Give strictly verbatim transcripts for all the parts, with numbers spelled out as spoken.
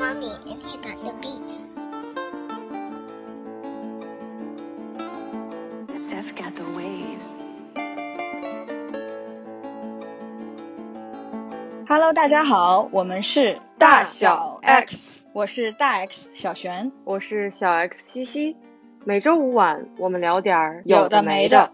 Kwame and you got the beats. Seth got the waves. Hello， 大家好，我们是大小 X， 我是大 X 小璇， 我是小 X 西西。每周五晚，我们聊点有的没的。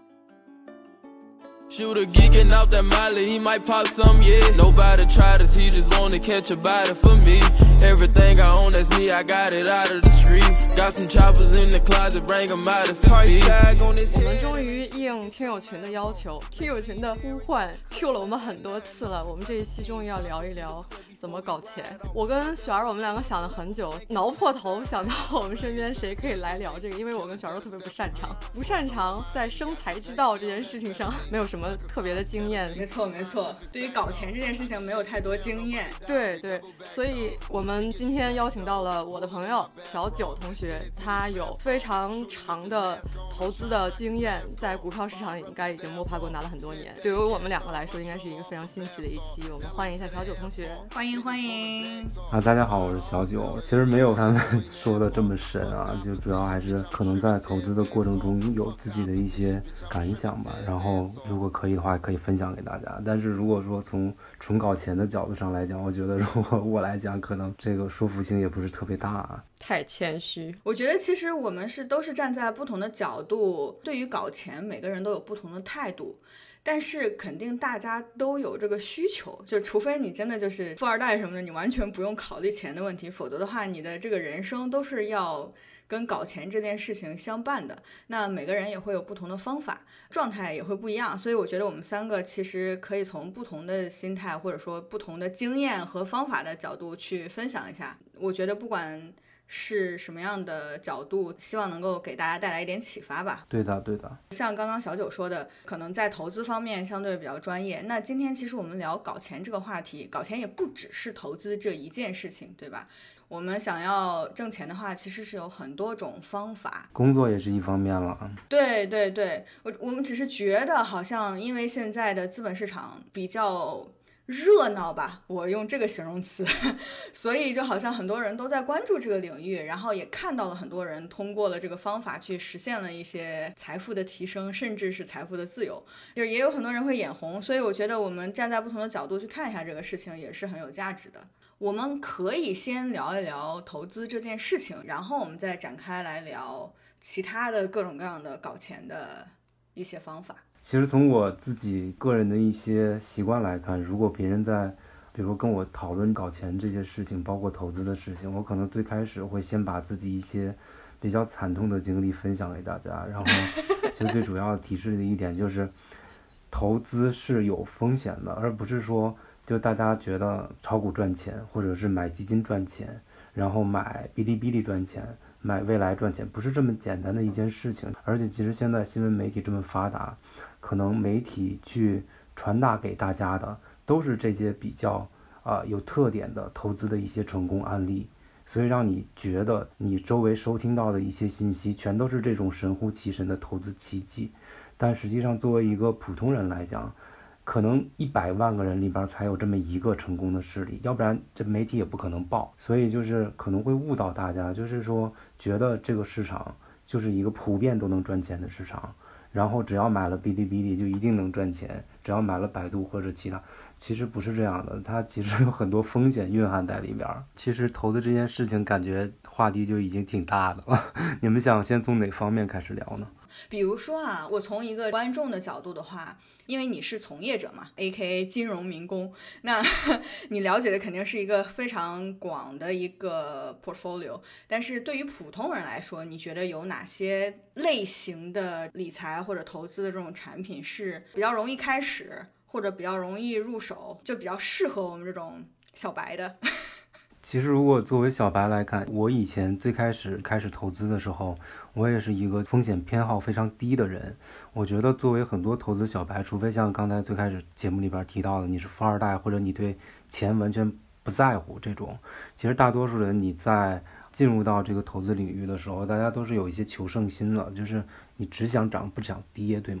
Shooter geeking out that Miley, he might pop some, yeah. Nobody tried us, he just wanna catch a body for me. Everything I own, that's me, I got it out of the street. Got some choppers in the closet, bring them out if it's big. 我们终于应听友群的要求，听友群的呼唤 Q 了我们很多次了。我们这一期终于要聊一聊怎么搞钱。我跟雪儿我们两个想了很久，挠破头想到我们身边谁可以来聊这个，因为我跟雪儿都特别不擅长，不擅长在生财之道这件事情上没有什么特别的经验。 没错没错，对于搞钱这件事情没有太多经验。 对对，所以我们今天邀请到了我的朋友小九同学，他有非常长的投资的经验，在股票市场应该已经摸爬滚打了很多年。对于我们两个来说，应该是一个非常新奇的一期。我们欢迎一下小九同学。 欢迎欢迎啊！大家好，我是小九。其实没有他们说的这么深啊，就主要还是可能在投资的过程中有自己的一些感想吧。然后如果可以的话，可以分享给大家。但是如果说从纯搞钱的角度上来讲，我觉得如果我来讲，可能这个说服性也不是特别大啊。 太谦虚。 我觉得其实我们是都是站在不同的角度，对于搞钱每个人都有不同的态度，但是肯定大家都有这个需求，就除非你真的就是富二代什么的，你完全不用考虑钱的问题，否则的话你的这个人生都是要跟搞钱这件事情相伴的。那每个人也会有不同的方法，状态也会不一样，所以我觉得我们三个其实可以从不同的心态或者说不同的经验和方法的角度去分享一下。我觉得不管是什么样的角度，希望能够给大家带来一点启发吧。 对的对的， 像刚刚小九说的，可能在投资方面相对比较专业，那今天其实我们聊搞钱这个话题，搞钱也不只是投资这一件事情，对吧？我们想要挣钱的话，其实是有很多种方法， 工作也是一方面了。 对对对，我我们只是觉得好像因为现在的资本市场比较热闹吧，我用这个形容词，所以就好像很多人都在关注这个领域，然后也看到了很多人通过了这个方法去实现了一些财富的提升，甚至是财富的自由，就也有很多人会眼红，所以我觉得我们站在不同的角度去看一下这个事情也是很有价值的。我们可以先聊一聊投资这件事情，然后我们再展开来聊其他的各种各样的搞钱的一些方法。 其实从我自己个人的一些习惯来看，如果别人在比如跟我讨论搞钱这些事情，包括投资的事情，我可能最开始会先把自己一些比较惨痛的经历分享给大家，然后其实最主要的提示的一点就是投资是有风险的，而不是说就大家觉得炒股赚钱，或者是买基金赚钱，然后买哔哩哔哩赚钱，买未来赚钱，不是这么简单的一件事情。而且其实现在新闻媒体这么发达，可能媒体去传达给大家的都是这些比较啊、呃、有特点的投资的一些成功案例，所以让你觉得你周围收听到的一些信息全都是这种神乎其神的投资奇迹。但实际上作为一个普通人来讲，可能一百万个人里边才有这么一个成功的事例，要不然这媒体也不可能报。所以就是可能会误导大家，就是说觉得这个市场就是一个普遍都能赚钱的市场，然后只要买了哔哩哔哩就一定能赚钱，只要买了百度或者其他，其实不是这样的，它其实有很多风险蕴含在里边。其实投资这件事情感觉话题就已经挺大的了，你们想先从哪方面开始聊呢？ 比如说啊，我从一个观众的角度的话，因为你是从业者嘛 A K A 金融民工，那你了解的肯定是一个非常广的一个 portfolio， 但是对于普通人来说，你觉得有哪些类型的理财或者投资的这种产品是比较容易开始，或者比较容易入手，就比较适合我们这种小白的？ 其实如果作为小白来看，我以前最开始开始投资的时候，我也是一个风险偏好非常低的人。我觉得作为很多投资小白，除非像刚才最开始节目里边提到的你是富二代，或者你对钱完全不在乎这种，其实大多数人你在进入到这个投资领域的时候，大家都是有一些求胜心了，就是你只想涨不想跌，对吗？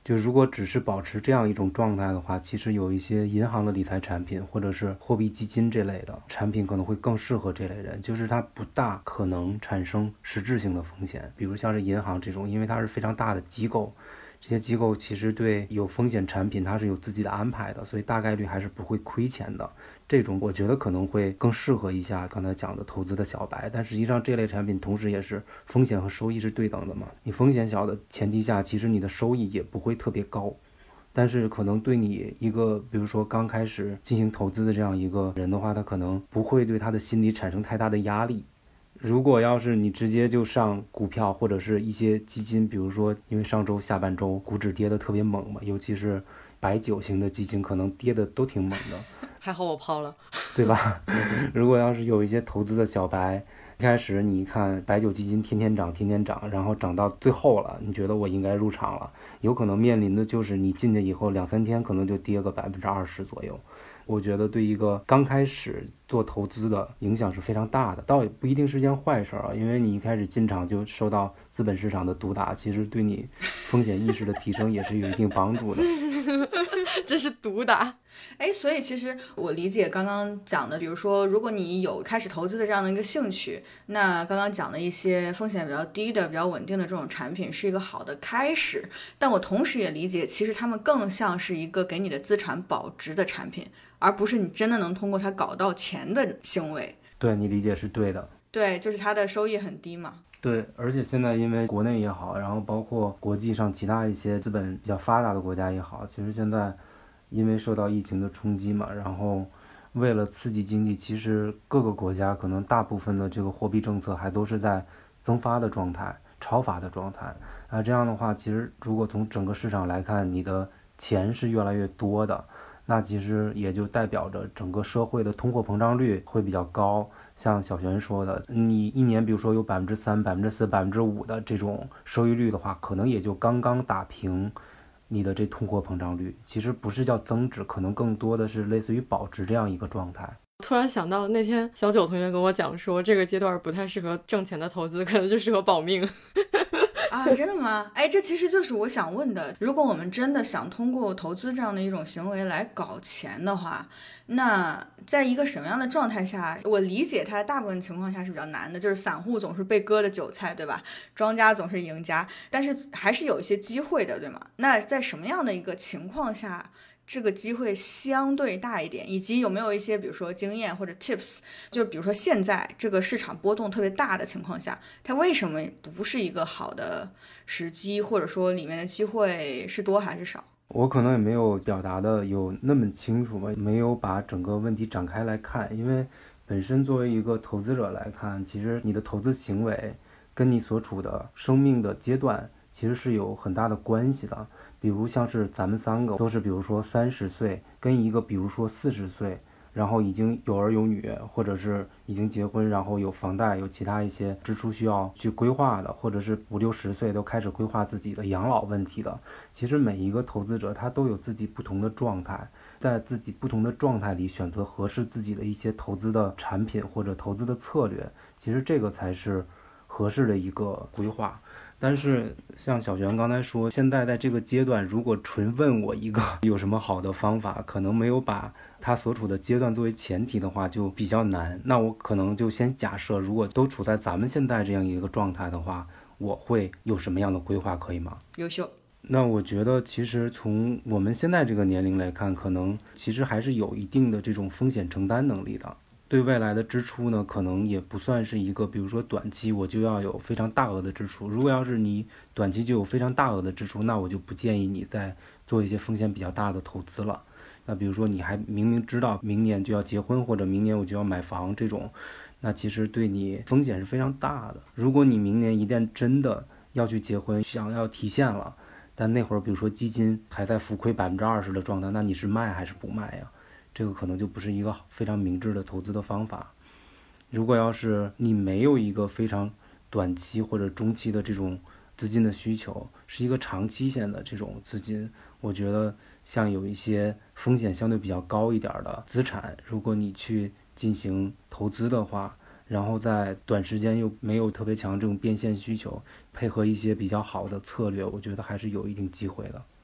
就如果只是保持这样一种状态的话，其实有一些银行的理财产品或者是货币基金这类的产品可能会更适合这类人，就是它不大可能产生实质性的风险。比如像是银行这种，因为它是非常大的机构，这些机构其实对有风险产品它是有自己的安排的，所以大概率还是不会亏钱的。这种我觉得可能会更适合一下刚才讲的投资的小白，但实际上这类产品同时也是风险和收益是对等的嘛。你风险小的前提下，其实你的收益也不会特别高，但是可能对你一个比如说刚开始进行投资的这样一个人的话，他可能不会对他的心理产生太大的压力。如果要是你直接就上股票或者是一些基金，比如说因为上周下半周股指跌得特别猛嘛，尤其是白酒型的基金可能跌得都挺猛的， 还好我抛了， 对吧？如果要是有一些投资的小白，一开始你看白酒基金天天涨天天涨，然后涨到最后了，你觉得我应该入场了，有可能面临的就是你进去以后两三天可能就跌个百分之二十左右。我觉得对一个刚开始做投资的影响是非常大的，倒也不一定是件坏事啊，因为你一开始进场就受到资本市场的毒打，其实对你风险意识的提升也是有一定帮助的。 这是毒打。 哎，所以其实我理解刚刚讲的，比如说如果你有开始投资的这样的一个兴趣，那刚刚讲的一些风险比较低的比较稳定的这种产品是一个好的开始，但我同时也理解其实他们更像是一个给你的资产保值的产品，而不是你真的能通过它搞到钱的行为。 对，你理解是对的。 对，就是它的收益很低嘛。 对，而且现在因为国内也好，然后包括国际上其他一些资本比较发达的国家也好，其实现在因为受到疫情的冲击嘛，然后为了刺激经济，其实各个国家可能大部分的这个货币政策还都是在增发的状态、超发的状态。啊，这样的话，其实如果从整个市场来看，你的钱是越来越多的，那其实也就代表着整个社会的通货膨胀率会比较高。像小璇说的，你一年比如说有百分之三、百分之四、百分之五的这种收益率的话，可能也就刚刚打平你的这通货膨胀率，其实不是叫增值，可能更多的是类似于保值这样一个状态。 突然想到那天小九同学跟我讲说，这个阶段不太适合挣钱的投资，可能就适合保命。 啊，真的吗？哎，这其实就是我想问的。如果我们真的想通过投资这样的一种行为来搞钱的话，那在一个什么样的状态下，我理解它大部分情况下是比较难的，就是散户总是被割的韭菜，对吧？庄家总是赢家，但是还是有一些机会的，对吗？那在什么样的一个情况下这个机会相对大一点，以及有没有一些比如说经验或者 tips， 就比如说现在这个市场波动特别大的情况下，它为什么不是一个好的时机，或者说里面的机会是多还是少？ 我可能也没有表达的有那么清楚吧，没有把整个问题展开来看，因为本身作为一个投资者来看，其实你的投资行为跟你所处的生命的阶段其实是有很大的关系的。比如像是咱们三个都是比如说三十岁跟一个比如说四十岁，然后已经有儿有女，或者是已经结婚，然后有房贷有其他一些支出需要去规划的，或者是五六十岁都开始规划自己的养老问题的，其实每一个投资者他都有自己不同的状态，在自己不同的状态里选择合适自己的一些投资的产品或者投资的策略，其实这个才是合适的一个规划。但是像小璇刚才说，现在在这个阶段如果纯问我一个有什么好的方法，可能没有把他所处的阶段作为前提的话就比较难。那我可能就先假设，如果都处在咱们现在这样一个状态的话，我会有什么样的规划，可以吗？ 优秀。 那我觉得其实从我们现在这个年龄来看，可能其实还是有一定的这种风险承担能力的。对未来的支出呢，可能也不算是一个比如说短期我就要有非常大额的支出，如果要是你短期就有非常大额的支出，那我就不建议你再做一些风险比较大的投资了。那比如说你还明明知道明年就要结婚，或者明年我就要买房，这种那其实对你风险是非常大的。如果你明年一旦真的要去结婚，想要提现了，但那会儿比如说基金还在浮亏百分之二十的状态，那你是卖还是不卖呀？这个可能就不是一个非常明智的投资的方法。如果要是你没有一个非常短期或者中期的这种资金的需求，是一个长期线的这种资金，我觉得像有一些风险相对比较高一点的资产，如果你去进行投资的话，然后在短时间又没有特别强这种变现需求，配合一些比较好的策略，我觉得还是有一定机会的。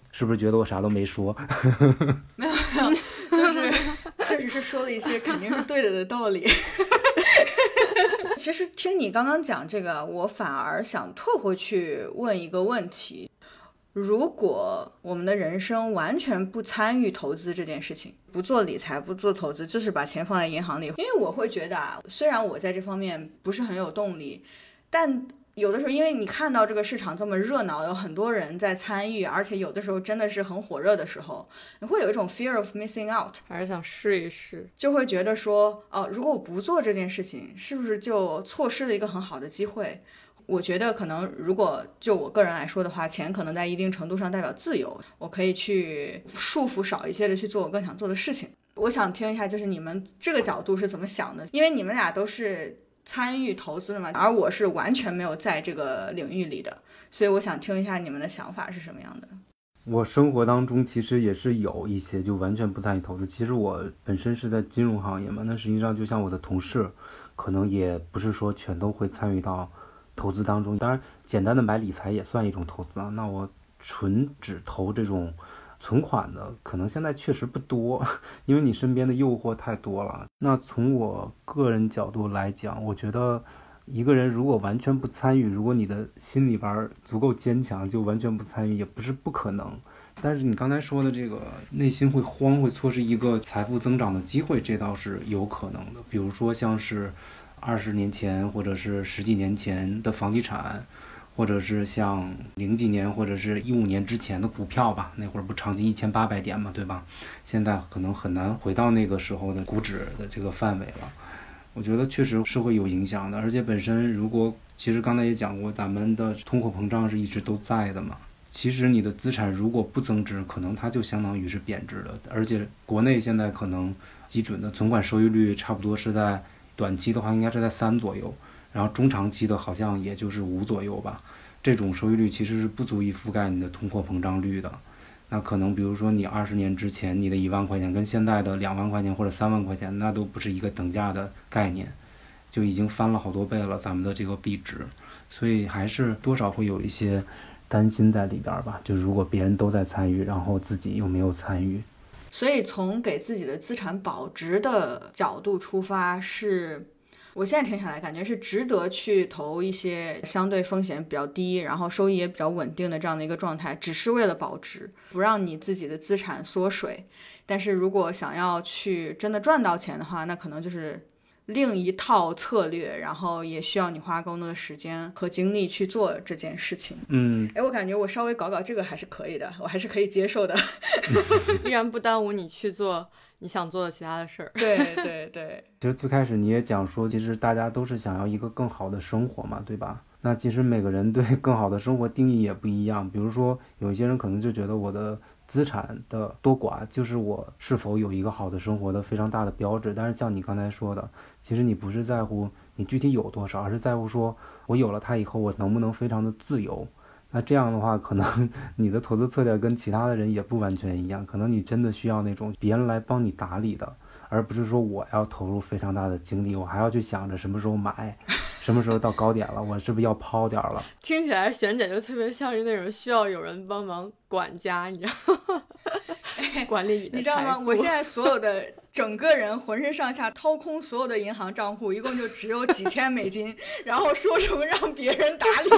是不是觉得我啥都没说？ 没有没有，就是确实是说了一些肯定是对的的道理。其实听你刚刚讲这个，我反而想退回去问一个问题：如果我们的人生完全不参与投资这件事情，不做理财，不做投资，就是把钱放在银行里，因为我会觉得啊，虽然我在这方面不是很有动力，但有的时候因为你看到这个市场这么热闹，有很多人在参与，而且有的时候真的是很火热的时候，你会有一种 fear of missing out， 还是想试一试， 就会觉得说哦、呃，如果我不做这件事情，是不是就错失了一个很好的机会？我觉得可能如果就我个人来说的话，钱可能在一定程度上代表自由，我可以去束缚少一些的去做我更想做的事情。我想听一下就是你们这个角度是怎么想的，因为你们俩都是参与投资的嘛，而我是完全没有在这个领域里的，所以我想听一下你们的想法是什么样的。 我生活当中其实也是有一些就完全不参与投资，其实我本身是在金融行业嘛，那实际上就像我的同事可能也不是说全都会参与到投资当中，当然简单的买理财也算一种投资啊。那我纯只投这种存款的可能现在确实不多，因为你身边的诱惑太多了。那从我个人角度来讲，我觉得一个人如果完全不参与，如果你的心里边足够坚强，就完全不参与也不是不可能。但是你刚才说的这个内心会慌，会错失一个财富增长的机会，这倒是有可能的。比如说像是二十年前或者是十几年前的房地产，或者是像零几年或者是一五年之前的股票吧，那会儿不长期一千八百点嘛，对吧？现在可能很难回到那个时候的股指的这个范围了。我觉得确实是会有影响的，而且本身如果其实刚才也讲过，咱们的通货膨胀是一直都在的嘛。其实你的资产如果不增值，可能它就相当于是贬值的。而且国内现在可能基准的存款收益率差不多是在短期的话应该是在三左右，然后中长期的好像也就是五左右吧。这种收益率其实是不足以覆盖你的通货膨胀率的。那可能比如说你二十年之前你的一万块钱跟现在的两万块钱或者三万块钱，那都不是一个等价的概念，就已经翻了好多倍了咱们的这个币值。所以还是多少会有一些担心在里边吧，就如果别人都在参与，然后自己又没有参与。 所以从给自己的资产保值的角度出发，是我现在听下来感觉是值得去投一些相对风险比较低，然后收益也比较稳定的这样的一个状态，只是为了保值，不让你自己的资产缩水。但是如果想要去真的赚到钱的话，那可能就是另一套策略，然后也需要你花更多的时间和精力去做这件事情。 嗯， 哎，我感觉我稍微搞搞这个还是可以的，我还是可以接受的。 依然不耽误你去做你想做的其他的事儿。 对对对， 其实最开始你也讲说，其实大家都是想要一个更好的生活嘛，对吧？那其实每个人对更好的生活定义也不一样。比如说有一些人可能就觉得我的资产的多寡就是我是否有一个好的生活的非常大的标志。但是像你刚才说的，其实你不是在乎你具体有多少，而是在乎说我有了它以后我能不能非常的自由。那这样的话可能你的投资策略跟其他的人也不完全一样，可能你真的需要那种别人来帮你打理的，而不是说我要投入非常大的精力，我还要去想着什么时候买，什么时候到高点了，我是不是要抛点了。 听起来璇姐就特别像是那种需要有人帮忙管家，你知道吗？管理你的财富。 你知道吗？我现在所有的整个人浑身上下掏空所有的银行账户，一共就只有几千美金，然后说什么让别人打理。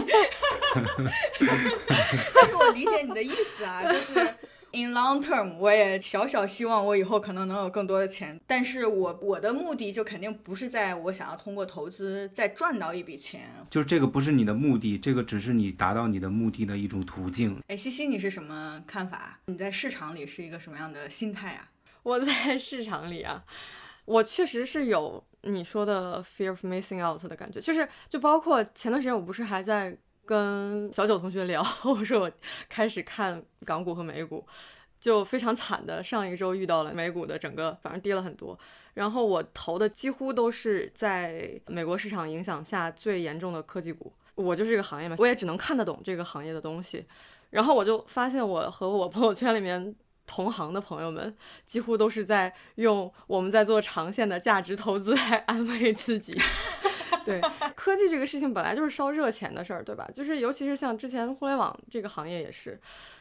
但是我理解你的意思啊，就是 in long term 我也小小希望我以后可能能有更多的钱，但是我我的目的就肯定不是在我想要通过投资再赚到一笔钱， 就是这个不是你的目的，这个只是你达到你的目的的一种途径。 哎，西西你是什么看法？你在市场里是一个什么样的心态啊？ 我在市场里啊，我确实是有你说的 fear of missing out 的感觉，就是就包括前段时间我不是还在跟小九同学聊，我说我开始看港股和美股，就非常惨的上一周遇到了美股的整个反正跌了很多，然后我投的几乎都是在美国市场影响下最严重的科技股，我就是这个行业嘛，我也只能看得懂这个行业的东西，然后我就发现我和我朋友圈里面同行的朋友们几乎都是在用我们在做长线的价值投资来安慰自己。对，科技这个事情本来就是烧热钱的事儿，对吧？就是尤其是像之前互联网这个行业也是，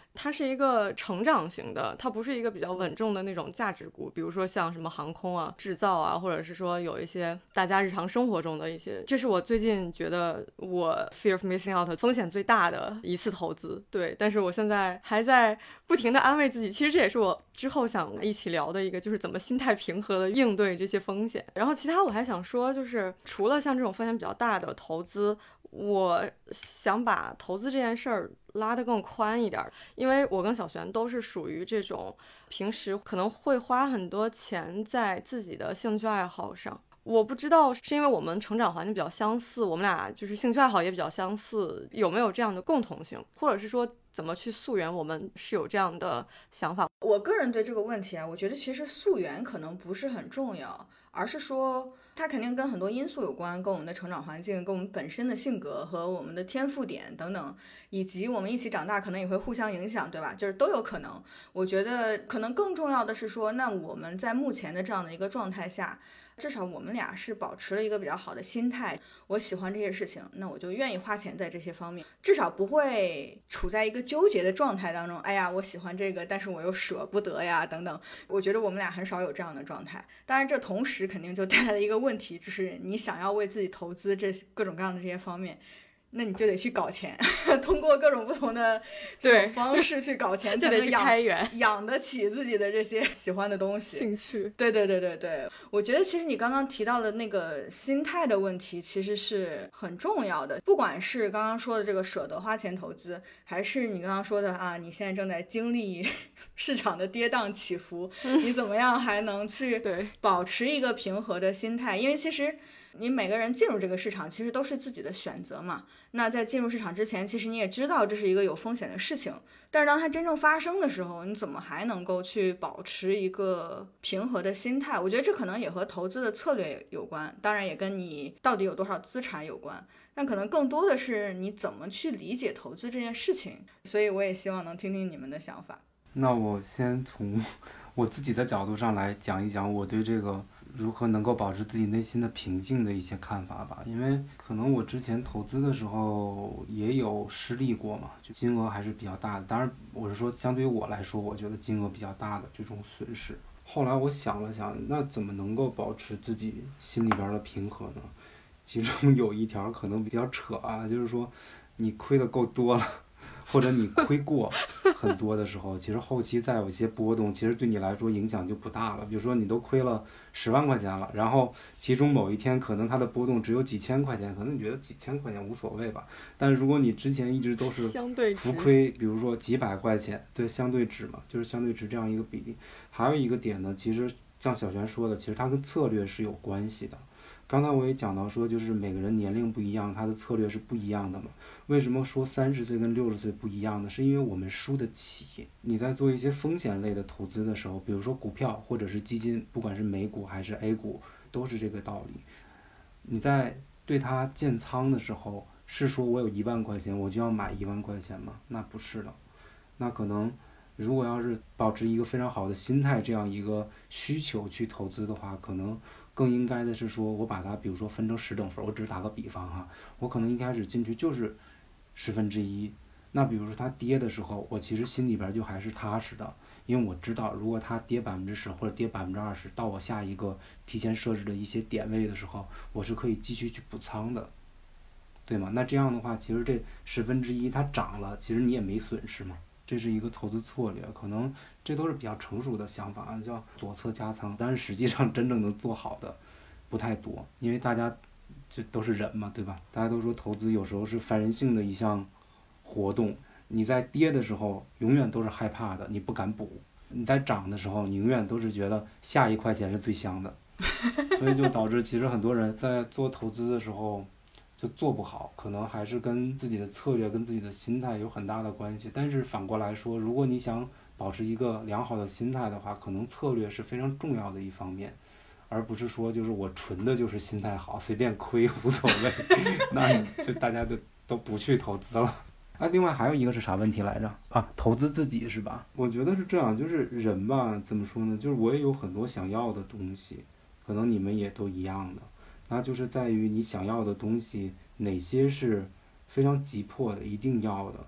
它是一个成长型的，它不是一个比较稳重的那种价值股，比如说像什么航空啊、制造啊，或者是说有一些大家日常生活中的一些，这是我最近觉得我 fear of missing out 风险最大的一次投资。对，但是我现在还在不停的安慰自己，其实这也是我之后想一起聊的一个，就是怎么心态平和的应对这些风险。然后其他我还想说，就是除了像这种风险比较大的投资，我想把投资这件事儿拉得更宽一点，因为我跟小璇都是属于这种平时可能会花很多钱在自己的兴趣爱好上。我不知道是因为我们成长环境比较相似，我们俩就是兴趣爱好也比较相似，有没有这样的共同性，或者是说怎么去溯源我们是有这样的想法。 我个人对这个问题啊，我觉得其实溯源可能不是很重要，而是说它肯定跟很多因素有关，跟我们的成长环境，跟我们本身的性格和我们的天赋点等等，以及我们一起长大可能也会互相影响，对吧？就是都有可能。我觉得可能更重要的是说，那我们在目前的这样的一个状态下，至少我们俩是保持了一个比较好的心态，我喜欢这些事情，那我就愿意花钱在这些方面，至少不会处在一个纠结的状态当中，哎呀我喜欢这个但是我又舍不得呀等等。我觉得我们俩很少有这样的状态。当然这同时肯定就带来了一个问题，就是你想要为自己投资这各种各样的这些方面，那你就得去搞钱，通过各种不同的这种方式去搞钱， 就得去开源， 养得起自己的这些喜欢的东西、 兴趣。 对对对对对，我觉得其实你刚刚提到的那个心态的问题，其实是很重要的。不管是刚刚说的这个舍得花钱投资，还是你刚刚说的啊，你现在正在经历市场的跌宕起伏，你怎么样还能去保持一个平和的心态？因为其实你每个人进入这个市场其实都是自己的选择嘛，那在进入市场之前其实你也知道这是一个有风险的事情，但是当它真正发生的时候，你怎么还能够去保持一个平和的心态？我觉得这可能也和投资的策略有关，当然也跟你到底有多少资产有关，但可能更多的是你怎么去理解投资这件事情。所以我也希望能听听你们的想法。 那我先从我自己的角度上来讲一讲我对这个如何能够保持自己内心的平静的一些看法吧。因为可能我之前投资的时候也有失利过嘛，就金额还是比较大的，当然我是说相对于我来说，我觉得金额比较大的这种损失。后来我想了想，那怎么能够保持自己心里边的平和呢？其中有一条可能比较扯啊，就是说你亏的够多了，或者你亏过很多的时候，其实后期再有一些波动，其实对你来说影响就不大了。比如说你都亏了十万块钱了，然后其中某一天可能它的波动只有几千块钱，可能你觉得几千块钱无所谓吧，但是如果你之前一直都是浮亏，比如说几百块钱，对，相对值嘛，就是相对值这样一个比例。还有一个点呢，其实像小璇说的，其实它跟策略是有关系的。刚才我也讲到说，就是每个人年龄不一样，他的策略是不一样的嘛。为什么说三十岁跟六十岁不一样呢？是因为我们输得起。你在做一些风险类的投资的时候，比如说股票或者是基金，不管是美股还是 A 股，都是这个道理。你在对它建仓的时候，是说我有一万块钱我就要买一万块钱吗？那不是的。那可能如果要是保持一个非常好的心态，这样一个需求去投资的话，可能更应该的是说，我把它比如说分成十等份，我只是打个比方哈，我可能一开始进去就是十分之一，那比如说它跌的时候，我其实心里边就还是踏实的，因为我知道如果它跌百分之十或者跌百分之二十，到我下一个提前设置的一些点位的时候，我是可以继续去补仓的，对吗？那这样的话，其实这十分之一它涨了，其实你也没损失嘛。这是一个投资策略，可能这都是比较成熟的想法，叫左侧加仓，但是实际上真正能做好的不太多，因为大家这都是人嘛，对吧？大家都说投资有时候是反人性的一项活动，你在跌的时候永远都是害怕的，你不敢补；你在涨的时候，你永远都是觉得下一块钱是最香的，所以就导致其实很多人在做投资的时候就做不好，可能还是跟自己的策略跟自己的心态有很大的关系。但是反过来说，如果你想保持一个良好的心态的话，可能策略是非常重要的一方面，而不是说就是我纯的就是心态好，随便亏无所谓那你就大家就都不去投资了。啊，另外还有一个是啥问题来着？啊，投资自己是吧？我觉得是这样，就是人吧，怎么说呢？就是我也有很多想要的东西，可能你们也都一样的。那就是在于你想要的东西哪些是非常急迫的一定要的，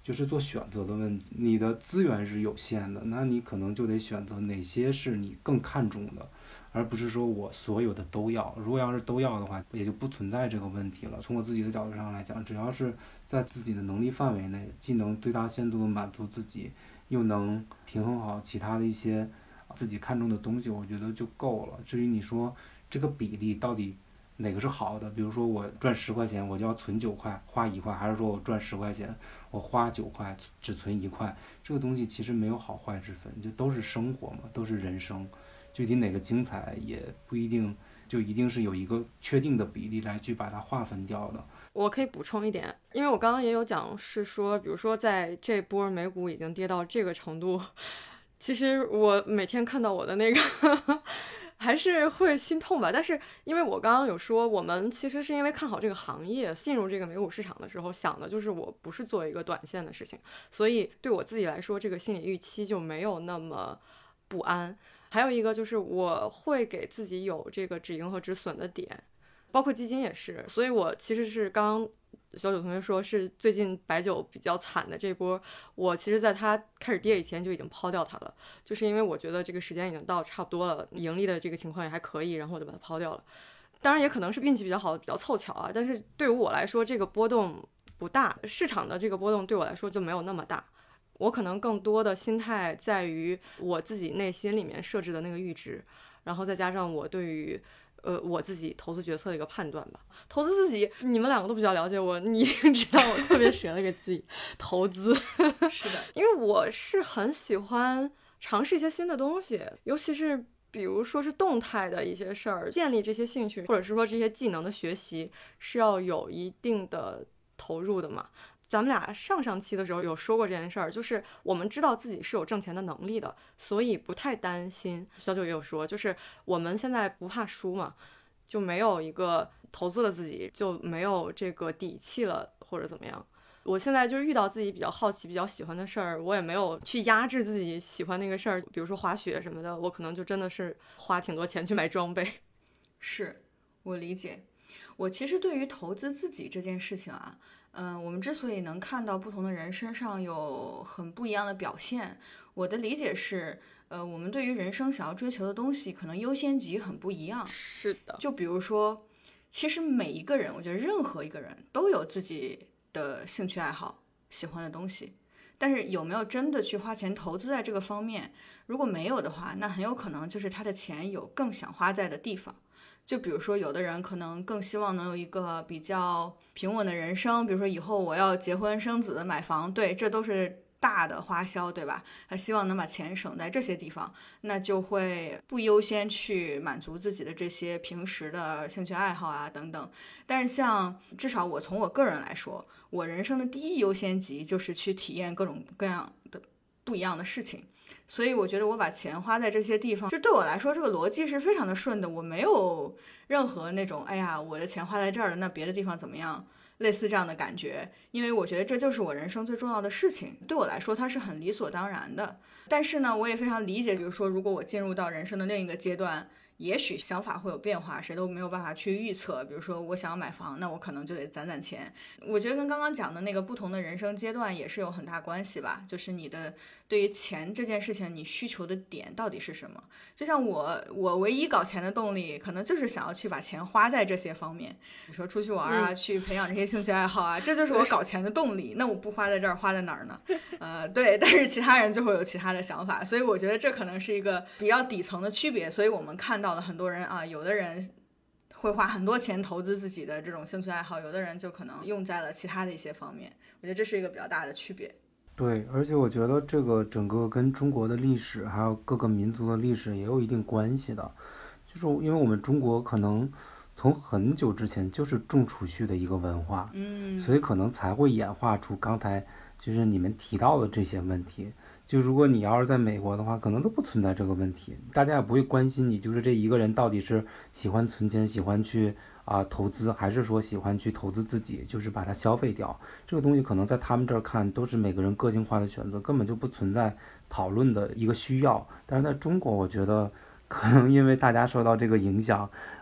就是做选择的问题。你的资源是有限的，那你可能就得选择哪些是你更看重的，而不是说我所有的都要。如果要是都要的话，也就不存在这个问题了。从我自己的角度上来讲，只要是在自己的能力范围内，既能最大限度的满足自己，又能平衡好其他的一些自己看重的东西，我觉得就够了。至于你说这个比例到底哪个是好的，比如说我赚十块钱我就要存九块花一块，还是说我赚十块钱我花九块只存一块，这个东西其实没有好坏之分，就都是生活嘛，都是人生，具体哪个精彩也不一定就一定是有一个确定的比例来去把它划分掉的。 我可以补充一点，因为我刚刚也有讲是说，比如说在这波美股已经跌到这个程度，其实我每天看到我的那个还是会心痛吧。但是因为我刚刚有说，我们其实是因为看好这个行业，进入这个美股市场的时候想的就是我不是做一个短线的事情，所以对我自己来说这个心理预期就没有那么不安。还有一个就是我会给自己有这个止盈和止损的点，包括基金也是。所以我其实是刚刚小九同学说是最近白酒比较惨的这波，我其实在它开始跌以前就已经抛掉它了，就是因为我觉得这个时间已经到差不多了，盈利的这个情况也还可以，然后我就把它抛掉了。当然也可能是运气比较好，比较凑巧啊，但是对于我来说这个波动不大，市场的这个波动对我来说就没有那么大。我可能更多的心态在于我自己内心里面设置的那个阈值，然后再加上我对于呃我自己投资决策的一个判断吧。投资自己，你们两个都比较了解我，你知道我特别喜欢那个自己投资。 是的， 因为我是很喜欢尝试一些新的东西，尤其是比如说是动态的一些事儿，建立这些兴趣或者是说这些技能的学习是要有一定的投入的嘛。咱们俩上上期的时候有说过这件事儿，就是我们知道自己是有挣钱的能力的，所以不太担心。小九也有说，就是我们现在不怕输嘛，就没有一个投资了自己就没有这个底气了或者怎么样。我现在就是遇到自己比较好奇比较喜欢的事儿，我也没有去压制自己喜欢那个事儿，比如说滑雪什么的，我可能就真的是花挺多钱去买装备。 是，我理解。我其实对于投资自己这件事情啊，嗯、呃，我们之所以能看到不同的人身上有很不一样的表现，我的理解是，呃，我们对于人生想要追求的东西可能优先级很不一样。 是的， 就比如说，其实每一个人，我觉得任何一个人都有自己的兴趣爱好、喜欢的东西，但是有没有真的去花钱投资在这个方面？如果没有的话，那很有可能就是他的钱有更想花在的地方。就比如说有的人可能更希望能有一个比较平稳的人生，比如说以后我要结婚生子买房，对，这都是大的花销，对吧？他希望能把钱省在这些地方，那就会不优先去满足自己的这些平时的兴趣爱好啊等等。但是像至少我从我个人来说，我人生的第一优先级就是去体验各种各样的不一样的事情。所以我觉得我把钱花在这些地方，就对我来说这个逻辑是非常的顺的，我没有任何那种哎呀我的钱花在这儿了，那别的地方怎么样，类似这样的感觉。因为我觉得这就是我人生最重要的事情，对我来说它是很理所当然的。但是呢，我也非常理解，比如说如果我进入到人生的另一个阶段，也许想法会有变化，谁都没有办法去预测。比如说我想要买房，那我可能就得攒攒钱。我觉得跟刚刚讲的那个不同的人生阶段也是有很大关系吧，就是你的对于钱这件事情你需求的点到底是什么。就像我我唯一搞钱的动力可能就是想要去把钱花在这些方面，比如说出去玩啊、嗯、去培养这些兴趣爱好啊，这就是我搞钱的动力。那我不花在这儿花在哪儿呢？呃，对，但是其他人就会有其他的想法，所以我觉得这可能是一个比较底层的区别。所以我们看到了很多人啊，有的人会花很多钱投资自己的这种兴趣爱好，有的人就可能用在了其他的一些方面。我觉得这是一个比较大的区别。 对，而且我觉得这个整个跟中国的历史还有各个民族的历史也有一定关系的，就是因为我们中国可能从很久之前就是重储蓄的一个文化， 嗯， 所以可能才会演化出刚才就是你们提到的这些问题。就如果你要是在美国的话，可能都不存在这个问题，大家也不会关心你就是这一个人到底是喜欢存钱喜欢去啊、呃、投资，还是说喜欢去投资自己，就是把它消费掉。这个东西可能在他们这儿看都是每个人个性化的选择，根本就不存在讨论的一个需要。但是在中国我觉得可能因为大家受到这个影响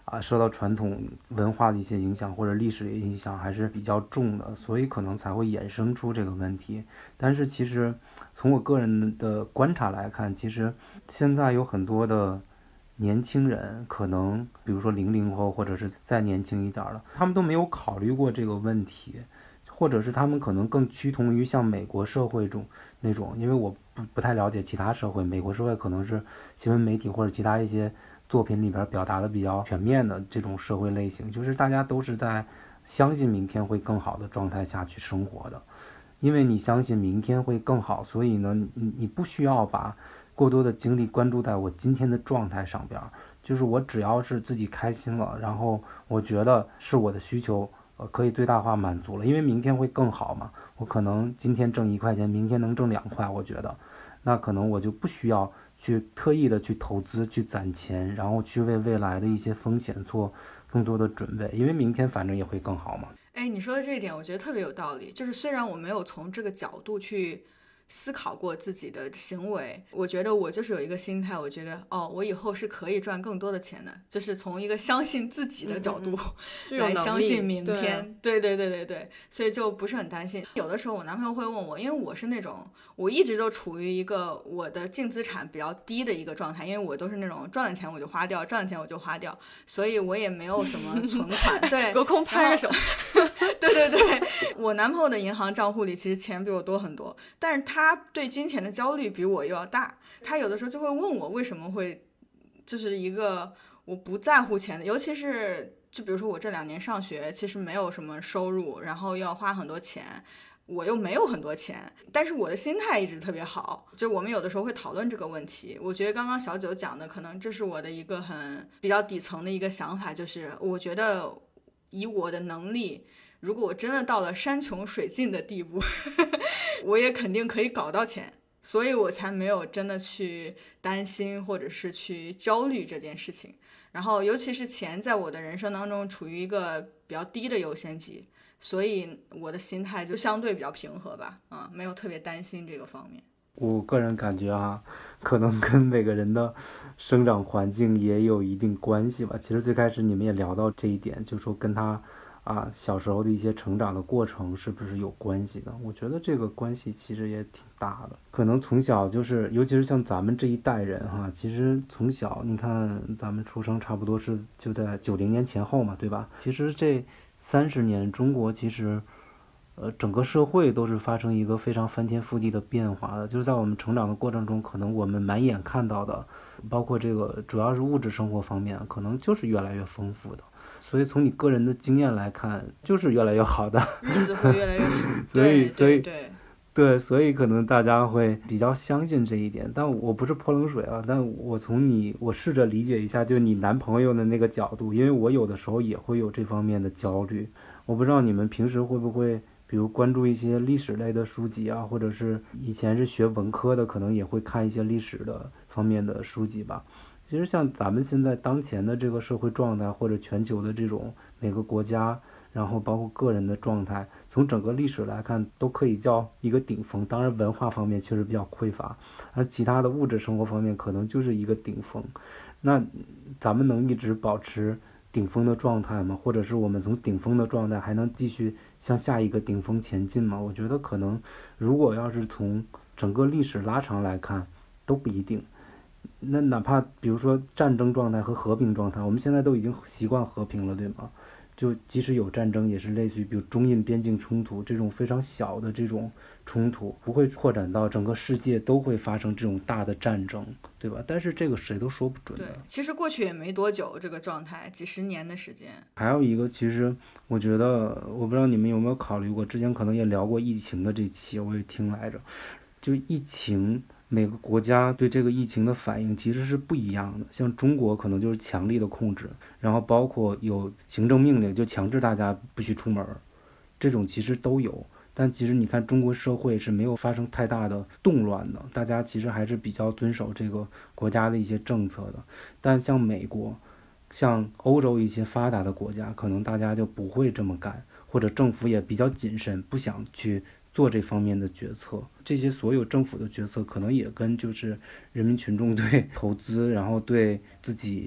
啊，受到传统文化的一些影响或者历史的影响还是比较重的，所以可能才会衍生出这个问题。但是其实从我个人的观察来看，其实现在有很多的年轻人，可能比如说零零后或者是再年轻一点的，他们都没有考虑过这个问题，或者是他们可能更趋同于像美国社会中那种，因为我不不太了解其他社会，美国社会可能是新闻媒体或者其他一些作品里边表达的比较全面的这种社会类型，就是大家都是在相信明天会更好的状态下去生活的。因为你相信明天会更好，所以呢你你不需要把过多的精力关注在我今天的状态上边，就是我只要是自己开心了，然后我觉得是我的需求呃可以最大化满足了，因为明天会更好嘛，我可能今天挣一块钱，明天能挣两块，我觉得那可能我就不需要去特意的去投资去攒钱，然后去为未来的一些风险做更多的准备，因为明天反正也会更好嘛。 哎，你说的这一点我觉得特别有道理，就是虽然我没有从这个角度去思考过自己的行为，我觉得我就是有一个心态，我觉得哦，我以后是可以赚更多的钱的，就是从一个相信自己的角度、嗯嗯、来相信明天。对对对对对，所以就不是很担心。有的时候我男朋友会问我，因为我是那种我一直都处于一个我的净资产比较低的一个状态，因为我都是那种赚了钱我就花掉，赚了钱我就花掉，所以我也没有什么存款。对， 隔空拍个手。 对对对，我男朋友的银行账户里其实钱比我多很多，但是他对金钱的焦虑比我又要大。他有的时候就会问我为什么会就是一个我不在乎钱的，尤其是就比如说我这两年上学其实没有什么收入，然后又要花很多钱，我又没有很多钱，但是我的心态一直特别好，就我们有的时候会讨论这个问题。我觉得刚刚小九讲的可能这是我的一个很比较底层的一个想法，就是我觉得以我的能力，如果我真的到了山穷水尽的地步我也肯定可以搞到钱，所以我才没有真的去担心或者是去焦虑这件事情。然后尤其是钱在我的人生当中处于一个比较低的优先级，所以我的心态就相对比较平和吧，啊，没有特别担心这个方面。 我个人感觉啊，可能跟每个人的生长环境也有一定关系吧。其实最开始你们也聊到这一点，就说跟他啊小时候的一些成长的过程是不是有关系的。我觉得这个关系其实也挺大的，可能从小就是尤其是像咱们这一代人哈，其实从小你看咱们出生差不多是就在九零年前后嘛，对吧？其实这三十年中国其实呃，整个社会都是发生一个非常翻天覆地的变化的，就是在我们成长的过程中，可能我们满眼看到的，包括这个主要是物质生活方面，可能就是越来越丰富的。所以从你个人的经验来看，就是越来越好的， 日子会越来越好。 所以，所以， 对， 对，所以可能大家会比较相信这一点。但我不是泼冷水啊，但我从你，我试着理解一下，就你男朋友的那个角度，因为我有的时候也会有这方面的焦虑。我不知道你们平时会不会比如关注一些历史类的书籍啊，或者是以前是学文科的，可能也会看一些历史的方面的书籍吧。其实像咱们现在当前的这个社会状态，或者全球的这种每个国家，然后包括个人的状态，从整个历史来看都可以叫一个顶峰。当然文化方面确实比较匮乏，而其他的物质生活方面可能就是一个顶峰。那咱们能一直保持顶峰的状态吗？或者是我们从顶峰的状态还能继续向下一个顶峰前进吗？我觉得可能如果要是从整个历史拉长来看都不一定。那哪怕比如说战争状态和和平状态，我们现在都已经习惯和平了，对吗？就即使有战争也是类似于比如中印边境冲突这种非常小的这种冲突，不会扩展到整个世界都会发生这种大的战争，对吧？但是这个谁都说不准的。 对，其实过去也没多久这个状态，几十年的时间。 还有一个，其实我觉得我不知道你们有没有考虑过，之前可能也聊过疫情的这期，我也听来着，就疫情每个国家对这个疫情的反应其实是不一样的。像中国可能就是强力的控制，然后包括有行政命令就强制大家不许出门，这种其实都有。但其实你看中国社会是没有发生太大的动乱的，大家其实还是比较遵守这个国家的一些政策的。但像美国像欧洲一些发达的国家，可能大家就不会这么干，或者政府也比较谨慎，不想去做这方面的决策。这些所有政府的决策可能也跟就是人民群众对投资，然后对自己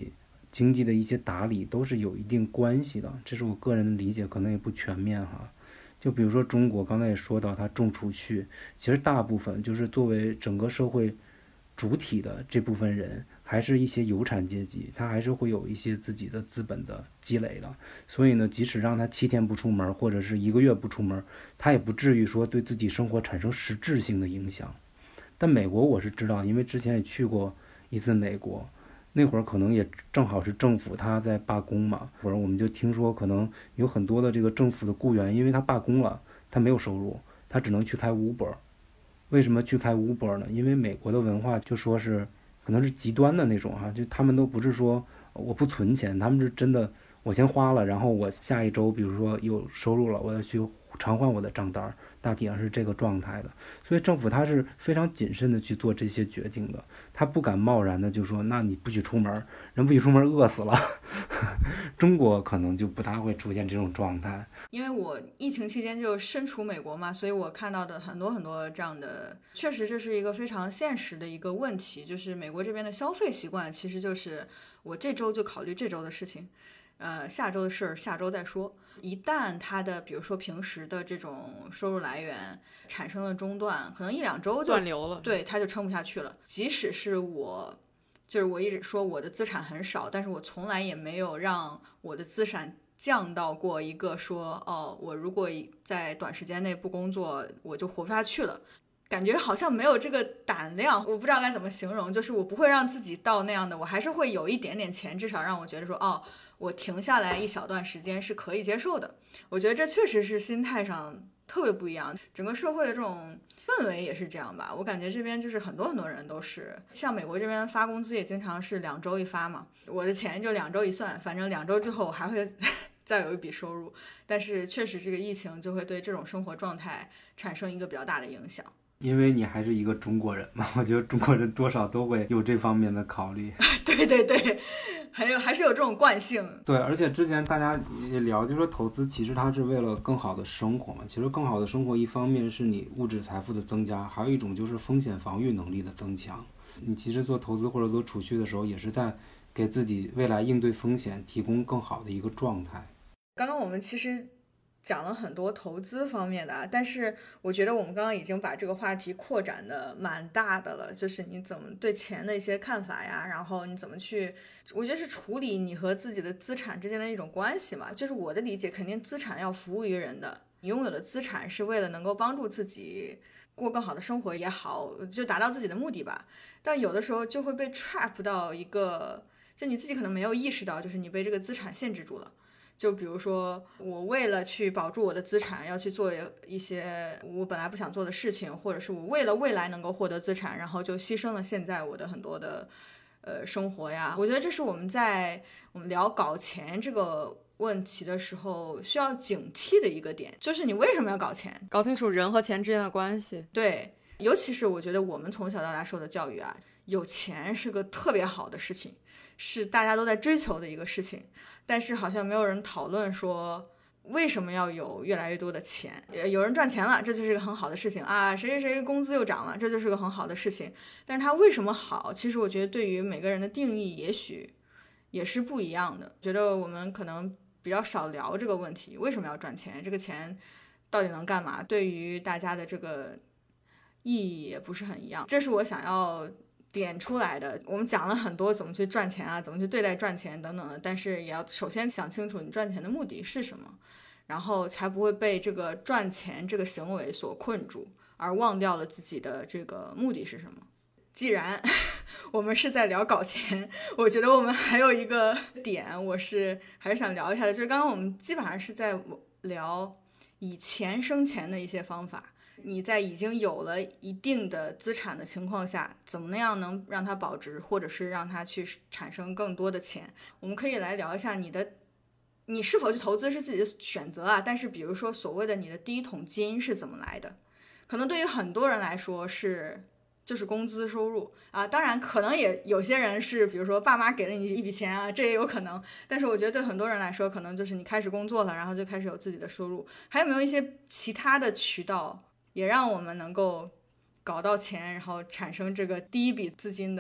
经济的一些打理都是有一定关系的，这是我个人的理解，可能也不全面哈。就比如说中国刚才也说到它重储蓄，其实大部分就是作为整个社会主体的这部分人还是一些有产阶级，他还是会有一些自己的资本的积累的，所以呢即使让他七天不出门或者是一个月不出门，他也不至于说对自己生活产生实质性的影响。但美国我是知道，因为之前也去过一次美国，那会儿可能也正好是政府他在罢工嘛，或者我们就听说可能有很多的这个政府的雇员，因为他罢工了，他没有收入，他只能去开 Uber。 为什么去开 Uber 呢？因为美国的文化就说是可能是极端的那种哈、啊，就他们都不是说我不存钱，他们是真的我先花了，然后我下一周比如说有收入了，我要去偿还我的账单，大体上是这个状态的。所以政府他是非常谨慎的去做这些决定的，他不敢贸然的就说那你不许出门，人不许出门饿死了中国可能就不大会出现这种状态。 因为我疫情期间就身处美国嘛，所以我看到的很多很多这样的，确实这是一个非常现实的一个问题，就是美国这边的消费习惯其实就是我这周就考虑这周的事情，呃，下周的事儿下周再说。一旦他的比如说平时的这种收入来源产生了中断，可能一两周就断流了， 对，他就撑不下去了。即使是我就是我一直说我的资产很少，但是我从来也没有让我的资产降到过一个说哦，我如果在短时间内不工作我就活不下去了，感觉好像没有这个胆量，我不知道该怎么形容，就是我不会让自己到那样的，我还是会有一点点钱，至少让我觉得说哦，我停下来一小段时间是可以接受的。我觉得这确实是心态上特别不一样，整个社会的这种氛围也是这样吧。我感觉这边就是很多很多人都是，像美国这边发工资也经常是两周一发嘛，我的钱就两周一算，反正两周之后我还会再有一笔收入。但是确实这个疫情就会对这种生活状态产生一个比较大的影响。 因为你还是一个中国人嘛，我觉得中国人多少都会有这方面的考虑对对对，还有还是有这种惯性。 对，而且之前大家也聊，就说投资其实它是为了更好的生活嘛。其实更好的生活，一方面是你物质财富的增加，还有一种就是风险防御能力的增强。你其实做投资或者做储蓄的时候，也是在给自己未来应对风险提供更好的一个状态。 刚刚我们其实讲了很多投资方面的，但是我觉得我们刚刚已经把这个话题扩展的蛮大的了，就是你怎么对钱的一些看法呀，然后你怎么去，我觉得是处理你和自己的资产之间的一种关系嘛。就是我的理解，肯定资产要服务于人的，你拥有的资产是为了能够帮助自己过更好的生活也好，就达到自己的目的吧。但有的时候就会被 trap 到一个，就你自己可能没有意识到，就是你被这个资产限制住了。就比如说我为了去保住我的资产要去做一些我本来不想做的事情，或者是我为了未来能够获得资产，然后就牺牲了现在我的很多的呃生活呀。我觉得这是我们在我们聊搞钱这个问题的时候需要警惕的一个点，就是你为什么要搞钱， 搞清楚人和钱之间的关系。 对，尤其是我觉得我们从小到大受的教育啊，有钱是个特别好的事情，是大家都在追求的一个事情，但是好像没有人讨论说为什么要有越来越多的钱。有人赚钱了，这就是个很好的事情啊，谁谁谁工资又涨了，这就是个很好的事情。但是它为什么好，其实我觉得对于每个人的定义也许也是不一样的。觉得我们可能比较少聊这个问题，为什么要赚钱，这个钱到底能干嘛，对于大家的这个意义也不是很一样。这是我想要点出来的。我们讲了很多怎么去赚钱啊，怎么去对待赚钱等等的，但是也要首先想清楚你赚钱的目的是什么，然后才不会被这个赚钱这个行为所困住，而忘掉了自己的这个目的是什么。既然我们是在聊搞钱，我觉得我们还有一个点我是还是想聊一下的，就是刚刚我们基本上是在聊以钱生钱的一些方法。你在已经有了一定的资产的情况下，怎么样能让它保值，或者是让它去产生更多的钱。我们可以来聊一下你的你是否去投资是自己的选择啊，但是比如说所谓的你的第一桶金是怎么来的，可能对于很多人来说是就是工资收入啊，当然可能也有些人是比如说爸妈给了你一笔钱啊，这也有可能，但是我觉得对很多人来说可能就是你开始工作了，然后就开始有自己的收入。还有没有一些其他的渠道也让我们能够搞到钱，然后产生这个第一笔资金的？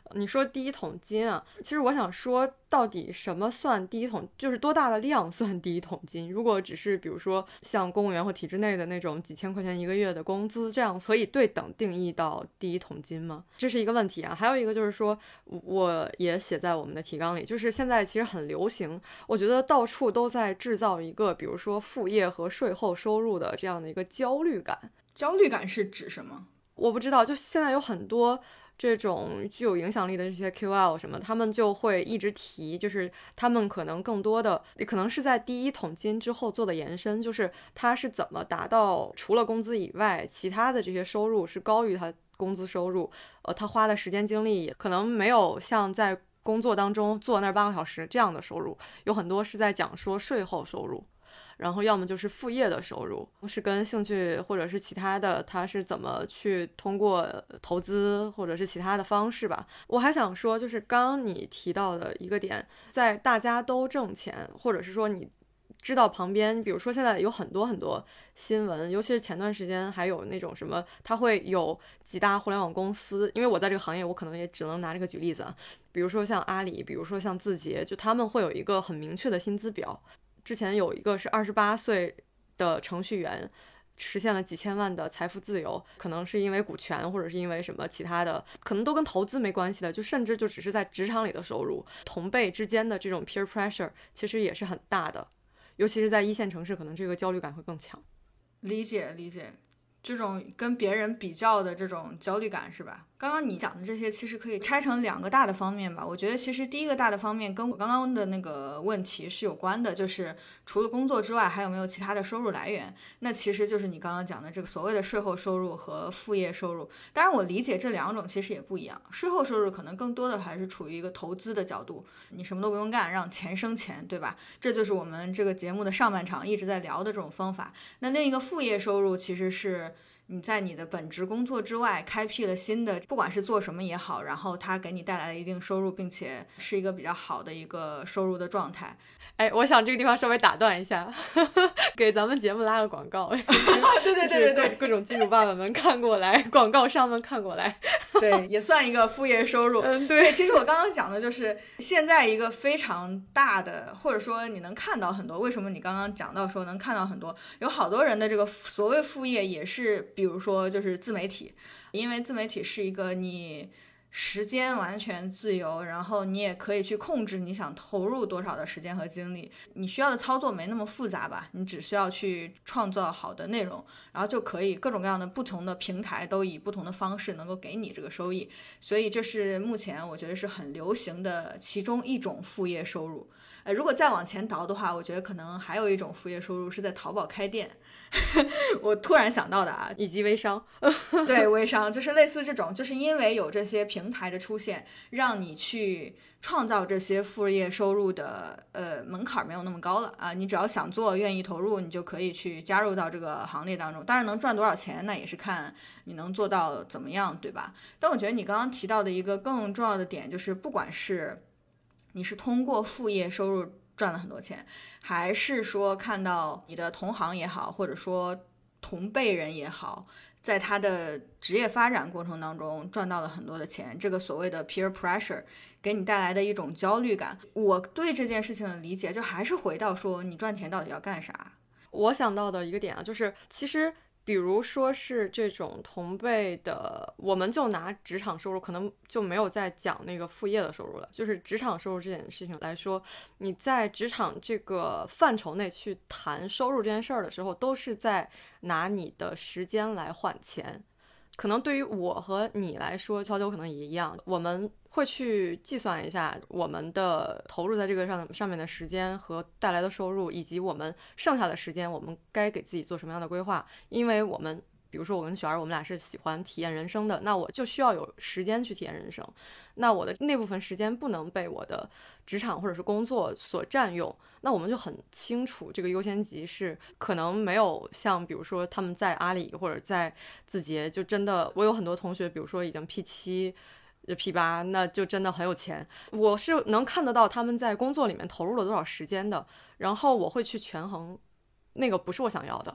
你说第一桶金啊，其实我想说到底什么算第一桶，就是多大的量算第一桶金。如果只是比如说像公务员或体制内的那种几千块钱一个月的工资，这样可以对等定义到第一桶金吗？这是一个问题啊。还有一个就是说，我也写在我们的提纲里，就是现在其实很流行，我觉得到处都在制造一个比如说副业和税后收入的这样的一个焦虑感。 焦虑感是指什么？ 我不知道，就现在有很多这种具有影响力的这些 K O L 什么，他们就会一直提，就是他们可能更多的可能是在第一桶金之后做的延伸，就是他是怎么达到除了工资以外其他的这些收入是高于他工资收入，呃，他花的时间精力可能没有像在工作当中坐那儿八个小时这样的收入，有很多是在讲说税后收入，然后要么就是副业的收入，是跟兴趣或者是其他的，他是怎么去通过投资或者是其他的方式吧。我还想说，就是刚刚你提到的一个点，在大家都挣钱，或者是说你知道旁边，比如说现在有很多很多新闻，尤其是前段时间还有那种什么，它会有几大互联网公司，因为我在这个行业，我可能也只能拿这个举例子啊，比如说像阿里，比如说像字节，就他们会有一个很明确的薪资表。之前有一个是二十八岁的程序员实现了几千万的财富自由，可能是因为股权或者是因为什么其他的，可能都跟投资没关系的，就甚至就只是在职场里的收入。同辈之间的这种 peer pressure 其实也是很大的，尤其是在一线城市，可能这个焦虑感会更强。 理解理解，这种跟别人比较的这种焦虑感是吧？刚刚你讲的这些其实可以拆成两个大的方面吧。我觉得其实第一个大的方面跟我刚刚的那个问题是有关的，就是除了工作之外还有没有其他的收入来源，那其实就是你刚刚讲的这个所谓的税后收入和副业收入。当然我理解这两种其实也不一样，税后收入可能更多的还是处于一个投资的角度，你什么都不用干，让钱生钱，对吧？这就是我们这个节目的上半场一直在聊的这种方法。那另一个副业收入其实是你在你的本职工作之外开辟了新的，不管是做什么也好，然后它给你带来了一定收入，并且是一个比较好的一个收入的状态。 哎，我想这个地方稍微打断一下，给咱们节目拉个广告。对对对对对对， 各种金主爸爸们看过来，广告商们看过来， 对，也算一个副业收入。 嗯，对。 对，其实我刚刚讲的就是现在一个非常大的，或者说你能看到很多，为什么你刚刚讲到说能看到很多，有好多人的这个所谓副业也是，比如说就是自媒体，因为自媒体是一个你时间完全自由，然后你也可以去控制你想投入多少的时间和精力，你需要的操作没那么复杂吧，你只需要去创造好的内容，然后就可以各种各样的不同的平台都以不同的方式能够给你这个收益，所以这是目前我觉得是很流行的其中一种副业收入。呃，如果再往前倒的话，我觉得可能还有一种副业收入是在淘宝开店我突然想到的啊， 以及微商对，微商就是类似这种，就是因为有这些平台的出现，让你去创造这些副业收入的呃门槛没有那么高了啊，你只要想做愿意投入，你就可以去加入到这个行列当中，当然能赚多少钱那也是看你能做到怎么样，对吧？但我觉得你刚刚提到的一个更重要的点，就是不管是你是通过副业收入赚了很多钱，还是说看到你的同行也好，或者说同辈人也好，在他的职业发展过程当中赚到了很多的钱，这个所谓的 peer pressure 给你带来的一种焦虑感，我对这件事情的理解就还是回到说你赚钱到底要干啥。 我想到的一个点啊，就是其实比如说是这种同辈的，我们就拿职场收入，可能就没有在讲那个副业的收入了，就是职场收入这件事情来说，你在职场这个范畴内去谈收入这件事儿的时候，都是在拿你的时间来换钱。可能对于我和你来说，小九可能也一样，我们会去计算一下我们的投入在这个上上面的时间和带来的收入，以及我们剩下的时间我们该给自己做什么样的规划。因为我们比如说我跟雪儿，我们俩是喜欢体验人生的，那我就需要有时间去体验人生，那我的那部分时间不能被我的职场或者是工作所占用，那我们就很清楚这个优先级是可能没有像比如说他们在阿里或者在字节，就真的我有很多同学比如说已经 P 七P 八，那就真的很有钱，我是能看得到他们在工作里面投入了多少时间的，然后我会去权衡那个不是我想要的，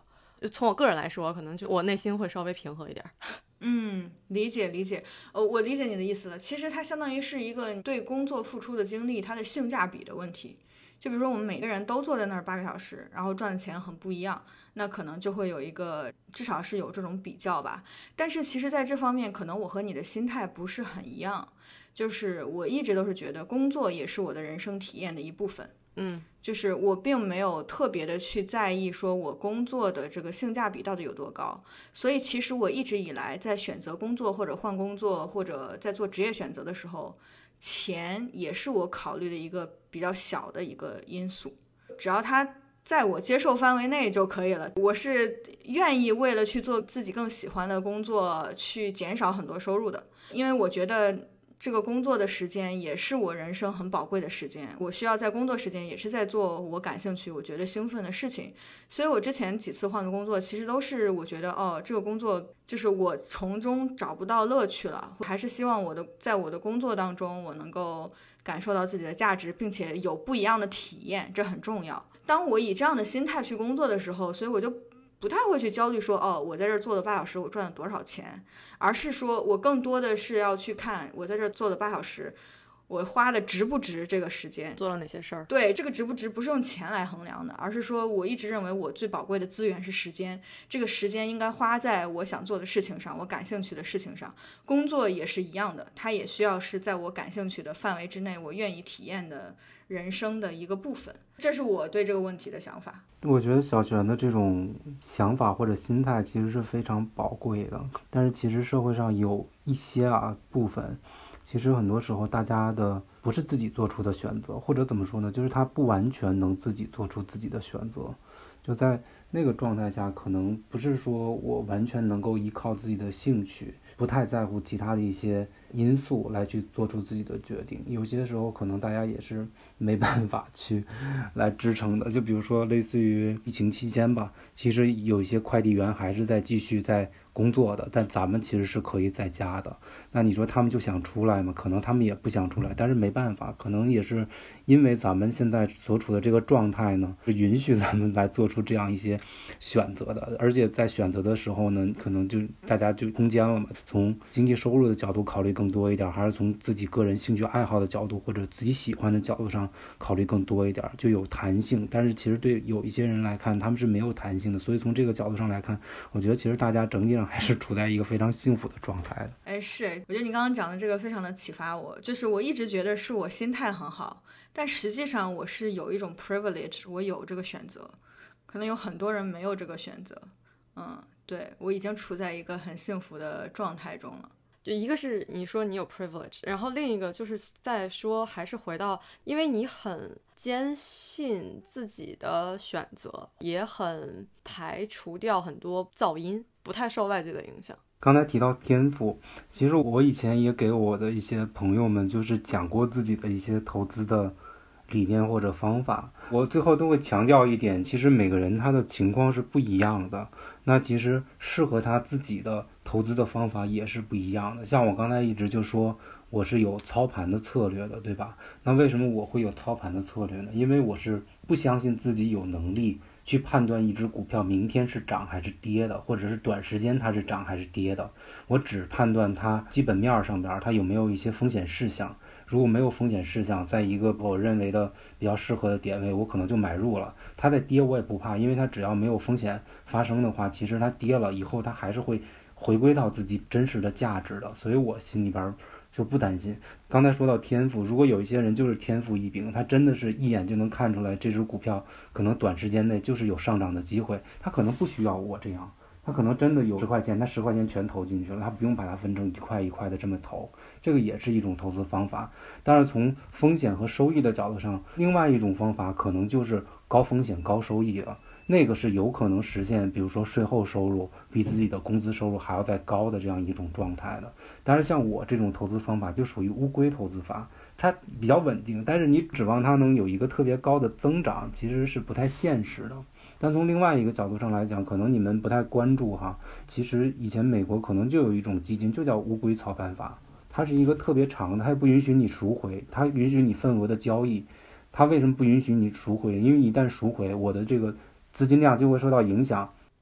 就从我个人来说，可能就我内心会稍微平和一点。 嗯，理解理解，呃，我理解你的意思了。其实它相当于是一个对工作付出的精力，它的性价比的问题。就比如说我们每个人都坐在那儿八个小时，然后赚的钱很不一样，那可能就会有一个，至少是有这种比较吧。但是其实在这方面，可能我和你的心态不是很一样。就是我一直都是觉得工作也是我的人生体验的一部分。 嗯， 就是我并没有特别的去在意说我工作的这个性价比到底有多高，所以其实我一直以来在选择工作或者换工作或者在做职业选择的时候，钱也是我考虑的一个比较小的一个因素，只要它在我接受范围内就可以了。我是愿意为了去做自己更喜欢的工作去减少很多收入的，因为我觉得这个工作的时间也是我人生很宝贵的时间，我需要在工作时间也是在做我感兴趣我觉得兴奋的事情。所以我之前几次换的工作其实都是我觉得哦，这个工作就是我从中找不到乐趣了，还是希望我的在我的工作当中我能够感受到自己的价值，并且有不一样的体验，这很重要。当我以这样的心态去工作的时候，所以我就不太会去焦虑说哦，我在这儿做了八小时我赚了多少钱，而是说我更多的是要去看我在这儿做了八小时我花的值不值这个时间， 做了哪些事儿。 对，这个值不值不是用钱来衡量的，而是说我一直认为我最宝贵的资源是时间，这个时间应该花在我想做的事情上，我感兴趣的事情上。工作也是一样的，它也需要是在我感兴趣的范围之内，我愿意体验的人生的一个部分。这是我对这个问题的想法。 我觉得小璇的这种想法或者心态其实是非常宝贵的，但是其实社会上有一些啊部分，其实很多时候大家的不是自己做出的选择，或者怎么说呢，就是他不完全能自己做出自己的选择。就在那个状态下，可能不是说我完全能够依靠自己的兴趣，不太在乎其他的一些因素来去做出自己的决定。有些时候可能大家也是没办法去来支撑的，就比如说类似于疫情期间吧，其实有一些快递员还是在继续在工作的，但咱们其实是可以在家的。那你说他们就想出来吗？可能他们也不想出来，但是没办法，可能也是因为咱们现在所处的这个状态呢，是允许咱们来做出这样一些选择的。而且在选择的时候呢，可能就大家就空间了嘛，从经济收入的角度考虑更多一点，还是从自己个人兴趣爱好的角度或者自己喜欢的角度上考虑更多一点，就有弹性。但是其实对有一些人来看，他们是没有弹性的，所以从这个角度上来看，我觉得其实大家整体上还是处在一个非常幸福的状态的。 哎，是，我觉得你刚刚讲的这个非常的启发我，就是我一直觉得是我心态很好，但实际上我是有一种 privilege， 我有这个选择，可能有很多人没有这个选择。嗯，对，我已经处在一个很幸福的状态中了。 就一个是你说你有 privilege， 然后另一个就是在说还是回到，因为你很坚信自己的选择，也很排除掉很多噪音，不太受外界的影响。 刚才提到天赋，其实我以前也给我的一些朋友们就是讲过自己的一些投资的理念或者方法，我最后都会强调一点，其实每个人他的情况是不一样的，那其实适合他自己的投资的方法也是不一样的。像我刚才一直就说我是有操盘的策略的，对吧？那为什么我会有操盘的策略呢？因为我是不相信自己有能力去判断一只股票明天是涨还是跌的，或者是短时间它是涨还是跌的，我只判断它基本面上边它有没有一些风险事项。如果没有风险事项，在一个我认为的比较适合的点位，我可能就买入了。它在跌我也不怕，因为它只要没有风险发生的话，其实它跌了以后它还是会回归到自己真实的价值的，所以我心里边就不担心。刚才说到天赋，如果有一些人就是天赋异禀，他真的是一眼就能看出来这只股票可能短时间内就是有上涨的机会，他可能不需要我这样，他可能真的有十块钱，他十块钱全投进去了，他不用把它分成一块一块的这么投，这个也是一种投资方法。但是从风险和收益的角度上，另外一种方法可能就是高风险高收益了，那个是有可能实现比如说税后收入比自己的工资收入还要再高的这样一种状态的。但是像我这种投资方法就属于乌龟投资法，它比较稳定，但是你指望它能有一个特别高的增长其实是不太现实的。但从另外一个角度上来讲，可能你们不太关注哈，其实以前美国可能就有一种基金就叫乌龟操盘法，它是一个特别长的，它也不允许你赎回，它允许你份额的交易。它为什么不允许你赎回？因为一旦赎回，我的这个资金量就会受到影响。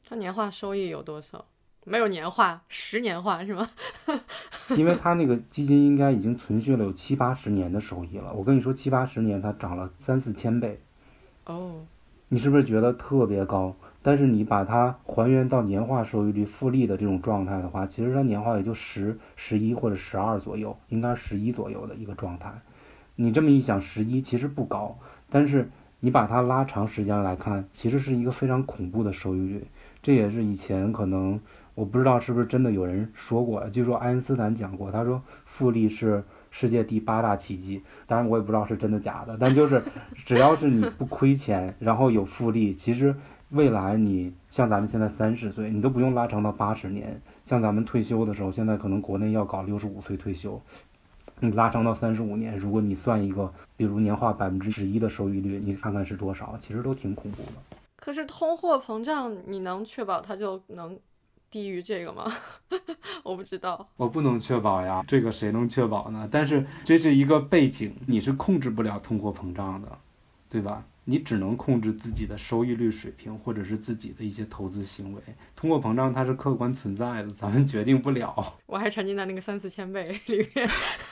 它年化收益有多少？没有年化，十年化是吗？ 因为它那个基金应该已经存续了有七八十年的收益了。我跟你说，七八十年它涨了三四千倍。 哦， 你是不是觉得特别高？但是你把它还原到年化收益率复利的这种状态的话，其实它年化也就十、十一或者十二左右，应该十一左右的一个状态。你这么一想，十一其实不高，但是你把它拉长时间来看，其实是一个非常恐怖的收益率。这也是以前可能我不知道是不是真的有人说过，据说爱因斯坦讲过，他说复利是世界第八大奇迹。当然我也不知道是真的假的，但就是只要是你不亏钱，然后有复利，其实未来你像咱们现在三十岁，你都不用拉长到八十年。像咱们退休的时候，现在可能国内要搞六十五岁退休，你拉长到三十五年，如果你算一个比如年化百分之十一的收益率，你看看是多少，其实都挺恐怖的。 可是通货膨胀你能确保它就能低于这个吗？我不知道， 我不能确保呀，这个谁能确保呢？但是这是一个背景，你是控制不了通货膨胀的，对吧？你只能控制自己的收益率水平，或者是自己的一些投资行为。通货膨胀它是客观存在的，咱们决定不了。 我还沉浸在那个三四千倍里面。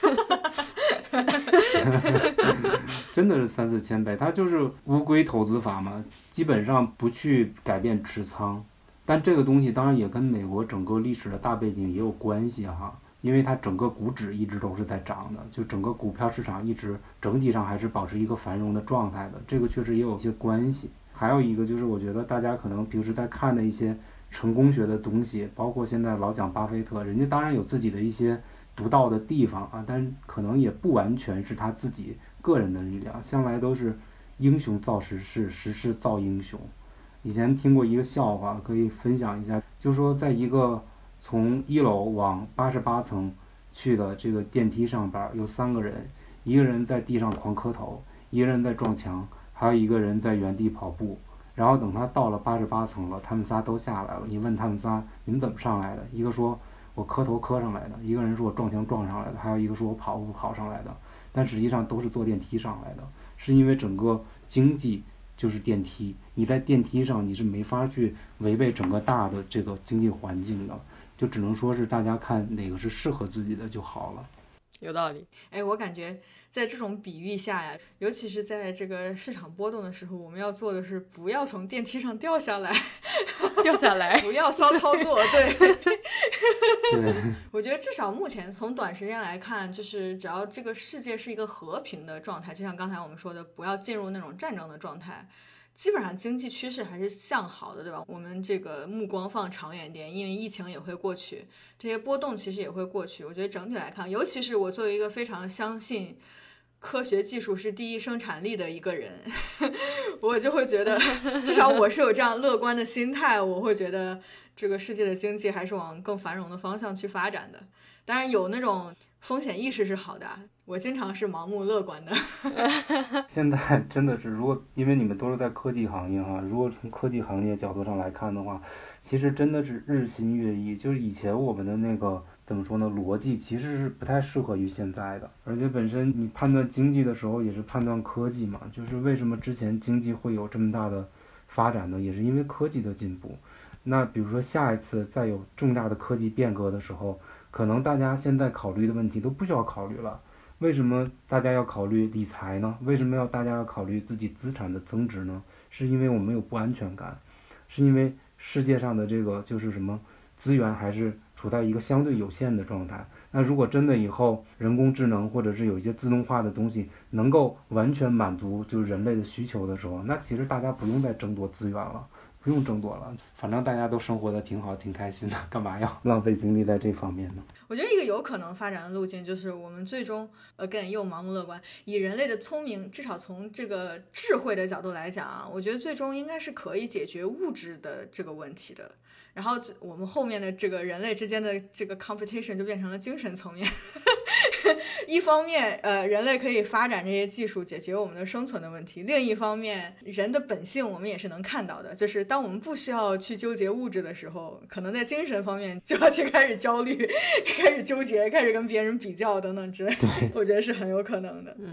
真的是三四千倍，它就是乌龟投资法嘛，基本上不去改变持仓。但这个东西当然也跟美国整个历史的大背景也有关系哈，因为它整个股指一直都是在涨的，就整个股票市场一直整体上还是保持一个繁荣的状态的，这个确实也有一些关系。还有一个就是我觉得大家可能平时在看的一些成功学的东西，包括现在老讲巴菲特，人家当然有自己的一些独到的地方啊，但可能也不完全是他自己个人的力量，向来都是英雄造时势，时势造英雄。以前听过一个笑话，可以分享一下，就说在一个从一楼往八十八层去的这个电梯上边有三个人，一个人在地上狂磕头，一个人在撞墙，还有一个人在原地跑步。然后等他到了八十八层了，他们仨都下来了，你问他们仨你们怎么上来的，一个说我磕头磕上来的，一个人说我撞墙撞上来的，还有一个说我跑步跑上来的，但实际上都是坐电梯上来的，是因为整个经济就是电梯，你在电梯上你是没法去违背整个大的这个经济环境的，就只能说是大家看哪个是适合自己的就好了。 有道理。 哎，我感觉在这种比喻下呀，尤其是在这个市场波动的时候，我们要做的是不要从电梯上掉下来， 掉下来， 不要骚操作。对， 对， 我觉得至少目前从短时间来看，就是只要这个世界是一个和平的状态，就像刚才我们说的，不要进入那种战争的状态。基本上经济趋势还是向好的，对吧？我们这个目光放长远点，因为疫情也会过去，这些波动其实也会过去。我觉得整体来看，尤其是我作为一个非常相信科学技术是第一生产力的一个人，我就会觉得，至少我是有这样乐观的心态，我会觉得这个世界的经济还是往更繁荣的方向去发展的。当然有那种风险意识是好的，我经常是盲目乐观的。 现在真的是，如果因为你们都是在科技行业哈，如果从科技行业角度上来看的话，其实真的是日新月异。就是以前我们的那个怎么说呢，逻辑其实是不太适合于现在的。而且本身你判断经济的时候也是判断科技嘛，就是为什么之前经济会有这么大的发展呢？也是因为科技的进步。那比如说下一次再有重大的科技变革的时候，可能大家现在考虑的问题都不需要考虑了。为什么大家要考虑理财呢？为什么要大家要考虑自己资产的增值呢？是因为我们有不安全感，是因为世界上的这个就是什么资源还是处在一个相对有限的状态。那如果真的以后人工智能或者是有一些自动化的东西能够完全满足就是人类的需求的时候，那其实大家不用再争夺资源了，不用争夺了，反正大家都生活的挺好挺开心的，干嘛要浪费精力在这方面呢？ 我觉得一个有可能发展的路径就是我们最终 again 又盲目乐观，以人类的聪明，至少从这个智慧的角度来讲啊，我觉得最终应该是可以解决物质的这个问题的。然后我们后面的这个人类之间的这个 competition 就变成了精神层面。一方面呃，人类可以发展这些技术解决我们的生存的问题，另一方面人的本性我们也是能看到的，就是当我们不需要去纠结物质的时候，可能在精神方面就要去开始焦虑，开始纠结，开始跟别人比较等等之类的，我觉得是很有可能的。 嗯，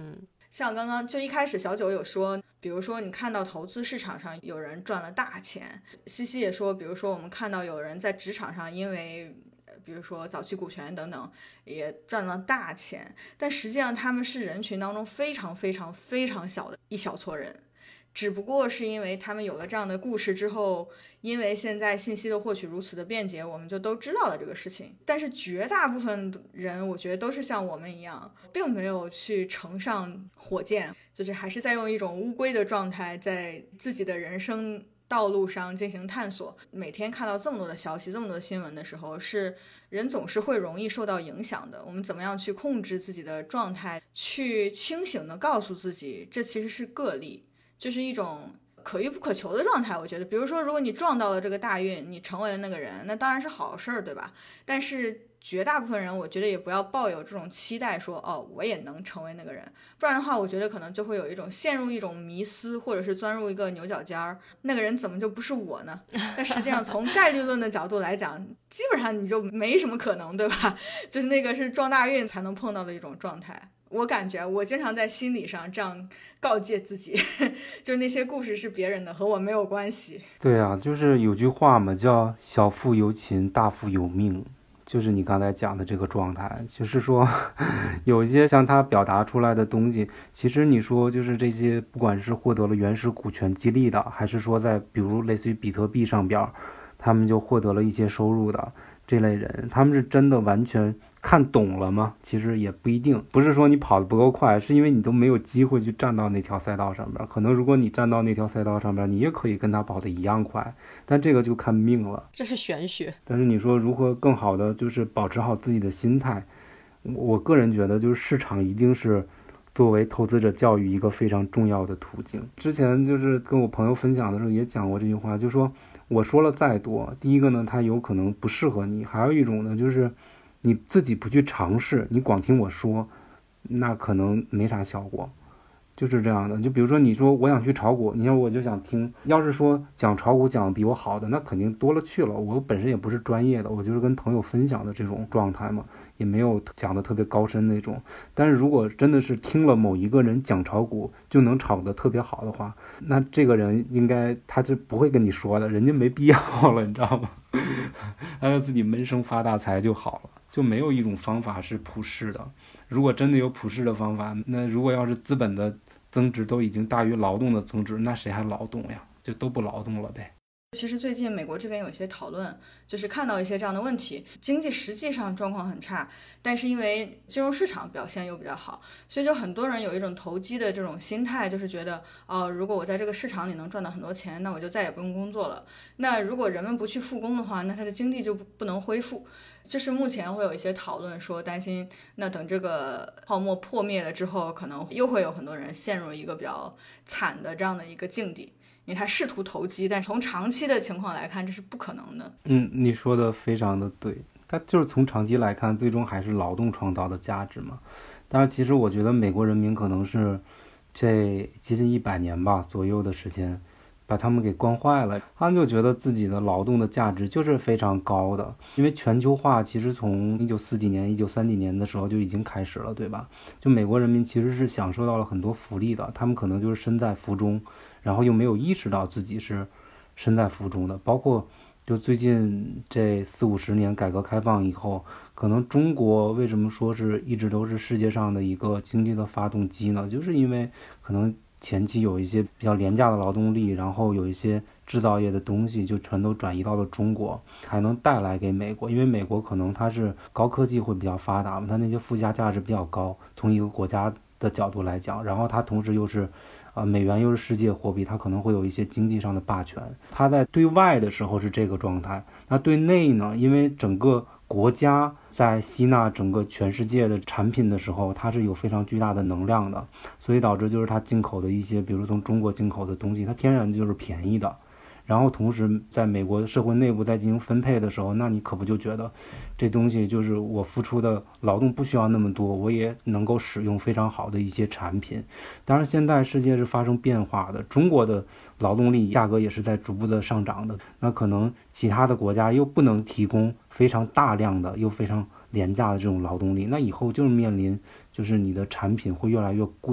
像刚刚就一开始小九有说，比如说你看到投资市场上有人赚了大钱，西西也说，比如说我们看到有人在职场上因为比如说早期股权等等也赚了大钱，但实际上他们是人群当中非常非常非常小的一小撮人，只不过是因为他们有了这样的故事之后，因为现在信息的获取如此的便捷，我们就都知道了这个事情。但是绝大部分人我觉得都是像我们一样，并没有去乘上火箭，就是还是在用一种乌龟的状态在自己的人生道路上进行探索。每天看到这么多的消息，这么多的新闻的时候，是人总是会容易受到影响的。我们怎么样去控制自己的状态，去清醒地告诉自己这其实是个例，就是一种可遇不可求的状态。我觉得比如说如果你撞到了这个大运，你成为了那个人，那当然是好事儿，对吧？但是绝大部分人我觉得也不要抱有这种期待说哦我也能成为那个人，不然的话我觉得可能就会有一种陷入一种迷思，或者是钻入一个牛角尖儿，那个人怎么就不是我呢？但实际上从概率论的角度来讲，基本上你就没什么可能，对吧？就是那个是撞大运才能碰到的一种状态。我感觉我经常在心理上这样告诫自己，就那些故事是别人的，和我没有关系。 对啊，就是有句话嘛，叫小富由勤，大富由命，就是你刚才讲的这个状态。就是说有一些像他表达出来的东西，其实你说就是这些不管是获得了原始股权激励的，还是说在比如类似于比特币上边他们就获得了一些收入的这类人，他们是真的完全看懂了吗？其实也不一定，不是说你跑得不够快，是因为你都没有机会去站到那条赛道上边。可能如果你站到那条赛道上边，你也可以跟他跑得一样快，但这个就看命了， 这是玄学。 但是你说如何更好的就是保持好自己的心态，我个人觉得就是市场一定是作为投资者教育一个非常重要的途径。之前就是跟我朋友分享的时候也讲过这句话，就说我说了再多，第一个呢它有可能不适合你，还有一种呢就是你自己不去尝试，你光听我说那可能没啥效果，就是这样的。就比如说你说我想去炒股，你看我就想听，要是说讲炒股讲比我好的那肯定多了去了，我本身也不是专业的，我就是跟朋友分享的这种状态嘛，也没有讲的特别高深那种。但是如果真的是听了某一个人讲炒股就能炒得特别好的话，那这个人应该他是不会跟你说的，人家没必要了，你知道吗？他就自己闷声发大财就好了，就没有一种方法是普世的。如果真的有普世的方法，那如果要是资本的增值都已经大于劳动的增值，那谁还劳动呀？就都不劳动了呗。 其实最近美国这边有一些讨论，就是看到一些这样的问题，经济实际上状况很差，但是因为金融市场表现又比较好，所以就很多人有一种投机的这种心态，就是觉得哦、呃，如果我在这个市场里能赚到很多钱，那我就再也不用工作了。那如果人们不去复工的话，那他的经济就不不能恢复。就是目前会有一些讨论说，担心那等这个泡沫破灭了之后，可能又会有很多人陷入一个比较惨的这样的一个境地。因为他试图投机，但从长期的情况来看，这是不可能的。 嗯，你说的非常的对，他就是从长期来看，最终还是劳动创造的价值嘛。但是其实我觉得美国人民可能是这接近一百年吧左右的时间，把他们给惯坏了，他们就觉得自己的劳动的价值就是非常高的。因为全球化其实从一九四几年、一九三几年的时候就已经开始了，对吧？就美国人民其实是享受到了很多福利的，他们可能就是身在福中。然后又没有意识到自己是身在福中的，包括就最近这四五十年改革开放以后，可能中国为什么说是一直都是世界上的一个经济的发动机呢？就是因为可能前期有一些比较廉价的劳动力，然后有一些制造业的东西就全都转移到了中国，才能带来给美国。因为美国可能它是高科技会比较发达嘛，它那些附加价值比较高，从一个国家的角度来讲，然后它同时又是啊，美元又是世界货币，它可能会有一些经济上的霸权。它在对外的时候是这个状态，那对内呢？因为整个国家在吸纳整个全世界的产品的时候，它是有非常巨大的能量的，所以导致就是它进口的一些，比如从中国进口的东西，它天然就是便宜的。然后同时在美国社会内部在进行分配的时候，那你可不就觉得这东西就是我付出的劳动不需要那么多，我也能够使用非常好的一些产品。当然现在世界是发生变化的，中国的劳动力价格也是在逐步的上涨的，那可能其他的国家又不能提供非常大量的又非常廉价的这种劳动力，那以后就是面临就是你的产品会越来越贵，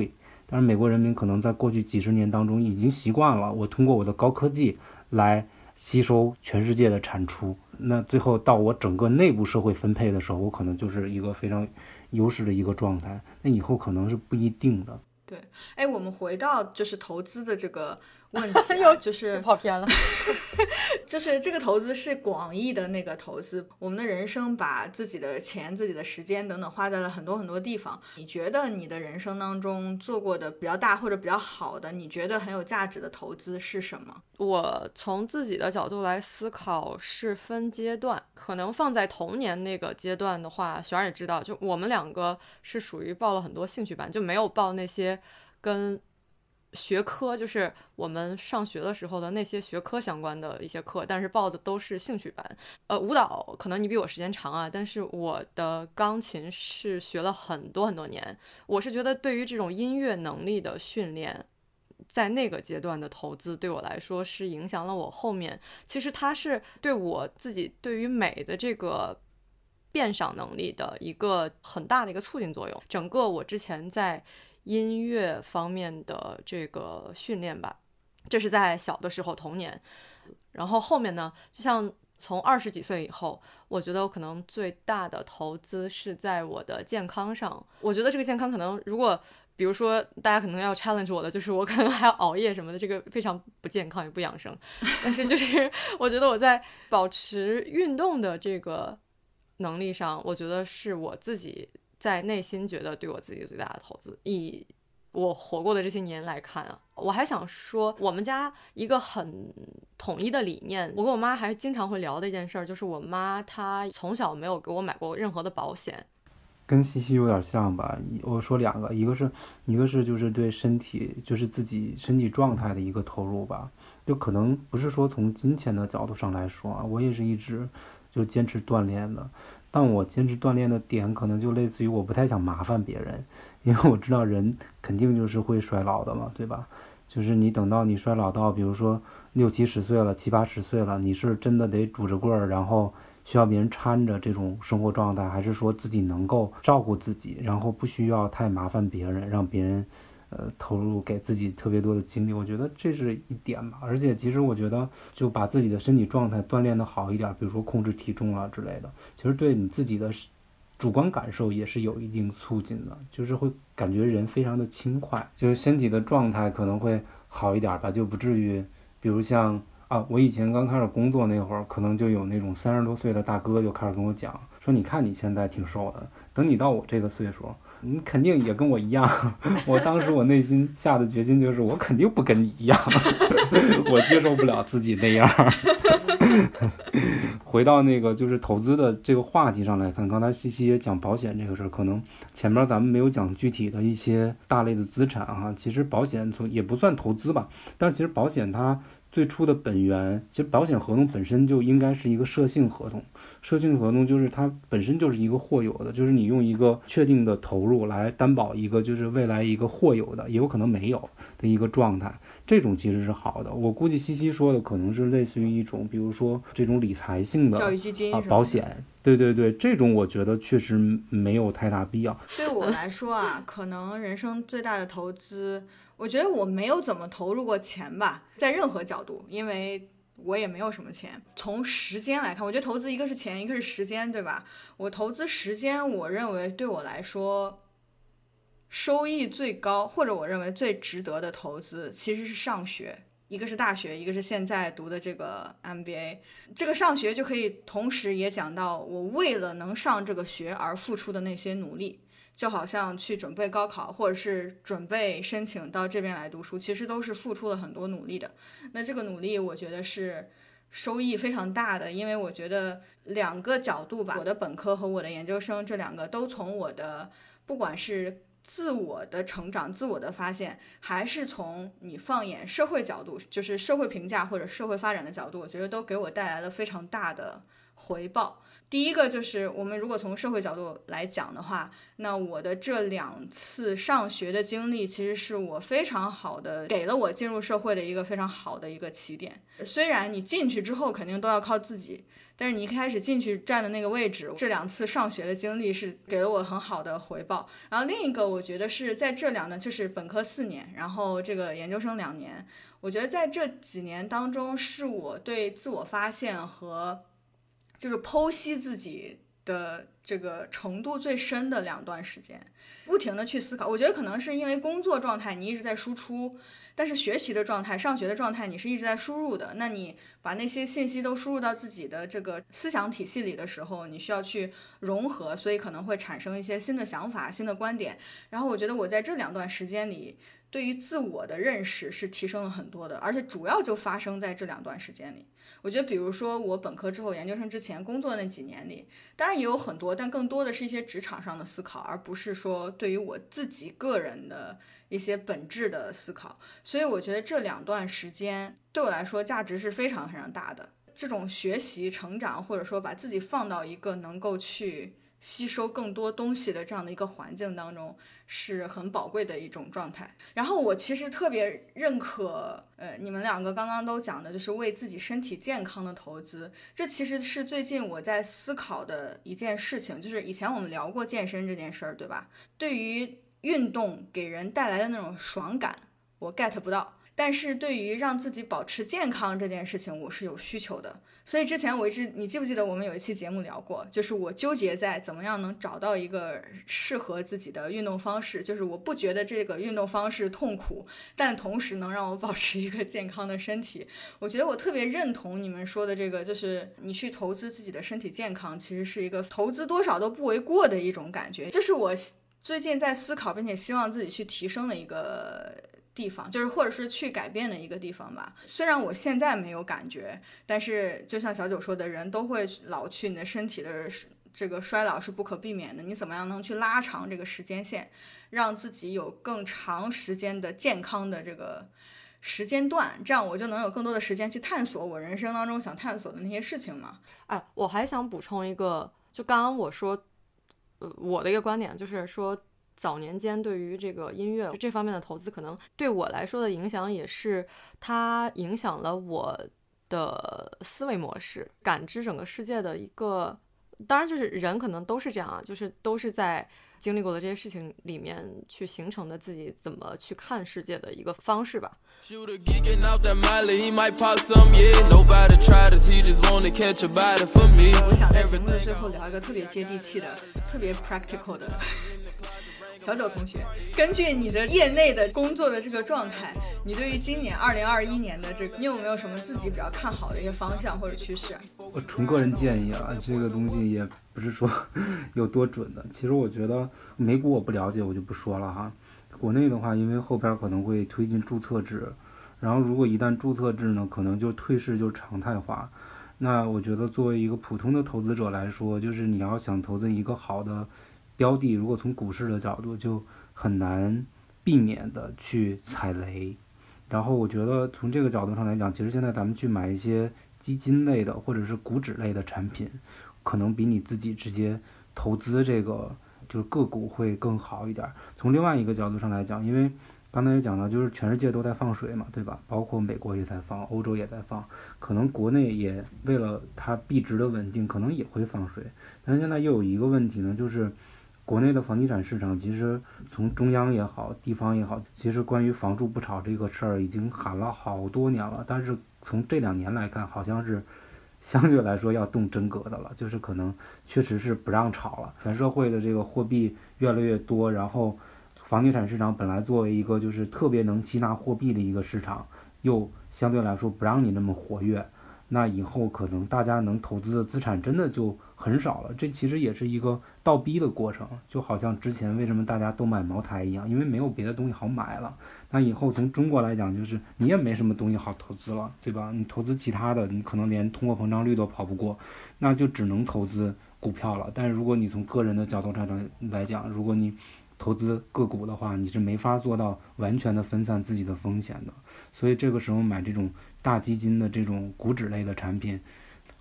但是美国人民可能在过去几十年当中已经习惯了，我通过我的高科技来吸收全世界的产出，那最后到我整个内部社会分配的时候，我可能就是一个非常优势的一个状态，那以后可能是不一定的。 对，哎，我们回到就是投资的这个问题、啊，就是跑偏了， 就是这个投资是广义的那个投资。我们的人生把自己的钱、自己的时间等等花在了很多很多地方。你觉得你的人生当中做过的比较大或者比较好的，你觉得很有价值的投资是什么？ 我从自己的角度来思考是分阶段，可能放在童年那个阶段的话，璇儿也知道，就我们两个是属于报了很多兴趣班，就没有报那些跟学科，就是我们上学的时候的那些学科相关的一些课，但是报的都是兴趣班。呃，舞蹈可能你比我时间长啊，但是我的钢琴是学了很多很多年。我是觉得对于这种音乐能力的训练，在那个阶段的投资对我来说是影响了我后面，其实它是对我自己对于美的这个鉴赏能力的一个很大的一个促进作用。整个我之前在音乐方面的这个训练吧，这是在小的时候童年，然后后面呢，就像从二十几岁以后，我觉得我可能最大的投资是在我的健康上。我觉得这个健康可能如果比如说大家可能要 challenge 我的，就是我可能还要熬夜什么的，这个非常不健康也不养生，但是就是我觉得我在保持运动的这个能力上，我觉得是我自己在内心觉得对我自己最大的投资。以我活过的这些年来看啊，我还想说我们家一个很统一的理念，我跟我妈还经常会聊的一件事，就是我妈她从小没有给我买过任何的保险。 跟西西有点像吧，我说两个，一个是一个是就是对身体，就是自己身体状态的一个投入吧，就可能不是说从金钱的角度上来说啊，我也是一直就坚持锻炼的，但我坚持锻炼的点可能就类似于我不太想麻烦别人，因为我知道人肯定就是会衰老的嘛，对吧？就是你等到你衰老到比如说六七十岁了，七八十岁了，你是真的得拄着棍儿，然后需要别人搀着这种生活状态，还是说自己能够照顾自己，然后不需要太麻烦别人，让别人呃投入给自己特别多的精力，我觉得这是一点吧。而且其实我觉得就把自己的身体状态锻炼的好一点，比如说控制体重啊之类的，其实对你自己的主观感受也是有一定促进的，就是会感觉人非常的轻快，就是身体的状态可能会好一点吧，就不至于比如像啊，我以前刚开始工作那会儿，可能就有那种三十多岁的大哥就开始跟我讲说，你看你现在挺瘦的，等你到我这个岁数，你肯定也跟我一样。我当时我内心下的决心就是，我肯定不跟你一样，我接受不了自己那样。回到那个就是投资的这个话题上来看，刚才西西也讲保险这个事儿，可能前面咱们没有讲具体的一些大类的资产哈，其实保险从也不算投资吧，但其实保险它最初的本源，其实保险合同本身就应该是一个设性合同。设性合同就是它本身就是一个或有的，就是你用一个确定的投入来担保一个就是未来一个或有的，也有可能没有的一个状态，这种其实是好的。我估计西西说的可能是类似于一种，比如说这种理财性的教育基金啊保险，对对对，这种我觉得确实没有太大必要。 对我来说啊，可能人生最大的投资，我觉得我没有怎么投入过钱吧，在任何角度，因为我也没有什么钱。从时间来看，我觉得投资一个是钱，一个是时间，对吧？我投资时间，我认为对我来说收益最高，或者我认为最值得的投资其实是上学，一个是大学，一个是现在读的这个 M B A。 这个上学就可以同时也讲到我为了能上这个学而付出的那些努力，就好像去准备高考或者是准备申请到这边来读书，其实都是付出了很多努力的。那这个努力我觉得是收益非常大的，因为我觉得两个角度吧，我的本科和我的研究生这两个都从我的不管是自我的成长、自我的发现，还是从你放眼社会角度，就是社会评价或者社会发展的角度，我觉得都给我带来了非常大的回报。第一个就是我们如果从社会角度来讲的话，那我的这两次上学的经历其实是我非常好的，给了我进入社会的一个非常好的一个起点。虽然你进去之后肯定都要靠自己，但是你一开始进去站的那个位置，这两次上学的经历是给了我很好的回报。然后另一个我觉得是在这两呢，就是本科四年，然后这个研究生两年，我觉得在这几年当中是我对自我发现和就是剖析自己的这个程度最深的两段时间，不停的去思考。我觉得可能是因为工作状态你一直在输出，但是学习的状态、上学的状态你是一直在输入的，那你把那些信息都输入到自己的这个思想体系里的时候，你需要去融合，所以可能会产生一些新的想法、新的观点。然后我觉得我在这两段时间里对于自我的认识是提升了很多的，而且主要就发生在这两段时间里。我觉得比如说我本科之后研究生之前工作的那几年里，当然也有很多，但更多的是一些职场上的思考，而不是说对于我自己个人的一些本质的思考。所以我觉得这两段时间对我来说价值是非常非常大的，这种学习成长，或者说把自己放到一个能够去吸收更多东西的这样的一个环境当中，是很宝贵的一种状态。然后我其实特别认可呃，你们两个刚刚都讲的就是为自己身体健康的投资，这其实是最近我在思考的一件事情。就是以前我们聊过健身这件事儿，对吧？对于运动给人带来的那种爽感我 get 不到，但是对于让自己保持健康这件事情我是有需求的。所以之前我一直，你记不记得我们有一期节目聊过，就是我纠结在怎么样能找到一个适合自己的运动方式，就是我不觉得这个运动方式痛苦，但同时能让我保持一个健康的身体。我觉得我特别认同你们说的这个，就是你去投资自己的身体健康，其实是一个投资多少都不为过的一种感觉。这是我最近在思考并且希望自己去提升的一个地方，就是或者是去改变的一个地方吧。虽然我现在没有感觉，但是就像小九说的，人都会老去，你的身体的这个衰老是不可避免的。你怎么样能去拉长这个时间线，让自己有更长时间的健康的这个时间段，这样我就能有更多的时间去探索我人生当中想探索的那些事情嘛。 哎，我还想补充一个，就刚刚我说呃，我的一个观点就是说，早年间对于这个音乐这方面的投资，可能对我来说的影响也是它影响了我的思维模式，感知整个世界的一个，当然就是人可能都是这样啊，就是都是在经历过的这些事情里面去形成的自己怎么去看世界的一个方式吧。 我想在节目的最后聊一个特别接地气的、特别 practical 的。小九同学，根据你的业内的工作的这个状态，你对于今年二零二一年的这个，你有没有什么自己比较看好的一些方向或者趋势？ 我纯个人建议啊，这个东西也不是说有多准的。其实我觉得美股我不了解，我就不说了哈。国内的话，因为后边可能会推进注册制，然后如果一旦注册制呢，可能就退市就常态化。那我觉得作为一个普通的投资者来说，就是你要想投资一个好的标的，如果从股市的角度就很难避免的去踩雷。然后我觉得从这个角度上来讲，其实现在咱们去买一些基金类的或者是股指类的产品，可能比你自己直接投资这个就是个股会更好一点。从另外一个角度上来讲，因为刚才也讲了，就是全世界都在放水嘛，对吧？包括美国也在放，欧洲也在放，可能国内也为了它币值的稳定，可能也会放水。但是现在又有一个问题呢，就是国内的房地产市场，其实从中央也好，地方也好，其实关于房住不炒这个事儿已经喊了好多年了，但是从这两年来看，好像是相对来说要动真格的了，就是可能确实是不让炒了。全社会的这个货币越来越多，然后房地产市场本来作为一个就是特别能吸纳货币的一个市场，又相对来说不让你那么活跃，那以后可能大家能投资的资产真的就很少了。这其实也是一个倒逼的过程，就好像之前为什么大家都买茅台一样，因为没有别的东西好买了。那以后从中国来讲，就是你也没什么东西好投资了，对吧？你投资其他的，你可能连通货膨胀率都跑不过，那就只能投资股票了。但是如果你从个人的角度上来讲，如果你投资个股的话，你是没法做到完全的分散自己的风险的。所以这个时候买这种大基金的这种股指类的产品，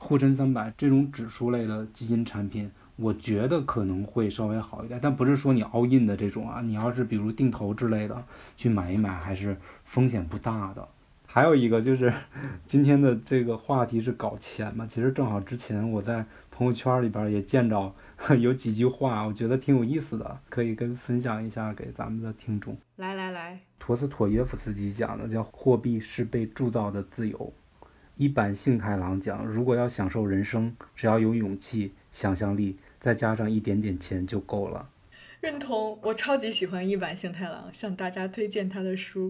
沪深三百这种指数类的基金产品，我觉得可能会稍微好一点，但不是说你 all in 的这种啊，你要是比如定投之类的去买一买，还是风险不大的。还有一个就是今天的这个话题是搞钱嘛，其实正好之前我在朋友圈里边也见着有几句话，我觉得挺有意思的，可以跟分享一下给咱们的听众。 来来来， 陀思妥耶夫斯基讲的叫货币是被铸造的自由。一坂幸太郎讲，如果要享受人生，只要有勇气、想象力，再加上一点点钱就够了。 认同，我超级喜欢一坂幸太郎，向大家推荐他的书。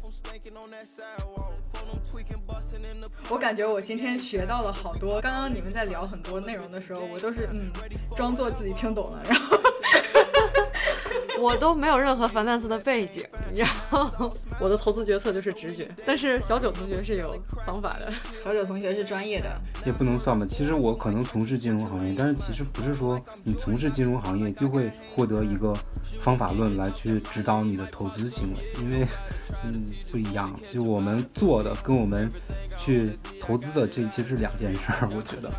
我感觉我今天学到了好多，刚刚你们在聊很多内容的时候，我都是嗯，装作自己听懂了，然后我都没有任何 finance 的背景，然后我的投资决策就是直觉，但是小九同学是有方法的。 小九同学是专业的， 也不能算吧。其实我可能从事金融行业，但是其实不是说你从事金融行业就会获得一个方法论来去指导你的投资行为，因为嗯不一样，就我们做的跟我们去投资的这其实是两件事儿，我觉得。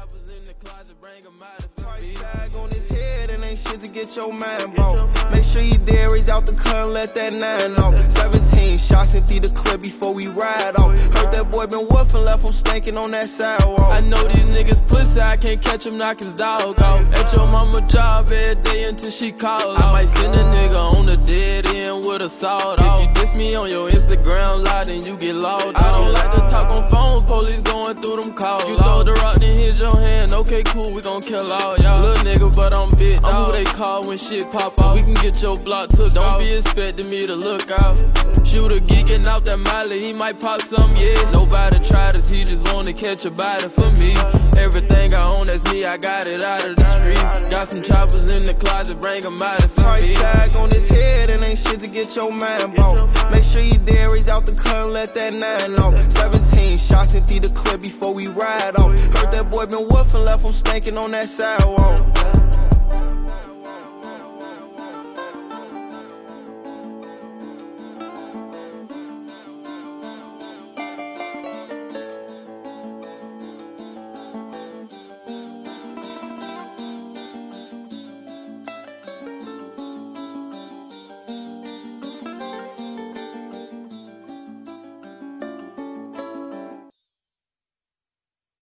Shit to get your mind bought. Make sure you there, raise out the car and let that nine off. seventeen shots and through the clip before we ride off. Heard that boy been woofing, left him stankin' on that sidewalk. I know these niggas pussy, I can't catch him, knock his dog off. At your mama job every day until she calls. I might send a nigga on the dead end with a sawed off. If you diss me on your Instagram live, then you get logged. I don't like to talk on phones, police going through them calls. You throw the rock, then hit your hand. Okay, cool, we gon' kill all y'all. Little nigga, but I'm big dog. I'm who they call when shit pop out. We can get your block took. Don't be expecting me to look out. Shooter geeking out that Miley, he might pop some, yeah. Nobody tried us, he just wanna catch a body for me. Everything I own, that's me, I got it out of the street. Got some choppers in the closet, bring them out if it's me. Price tag on his head, and ain't shit to get your mind bought. Make sure you there, raise out the car and let that nine off. seventeen shots and through the clip before we ride off. Heard that boy been woofing, left him stankin' on that sidewalk.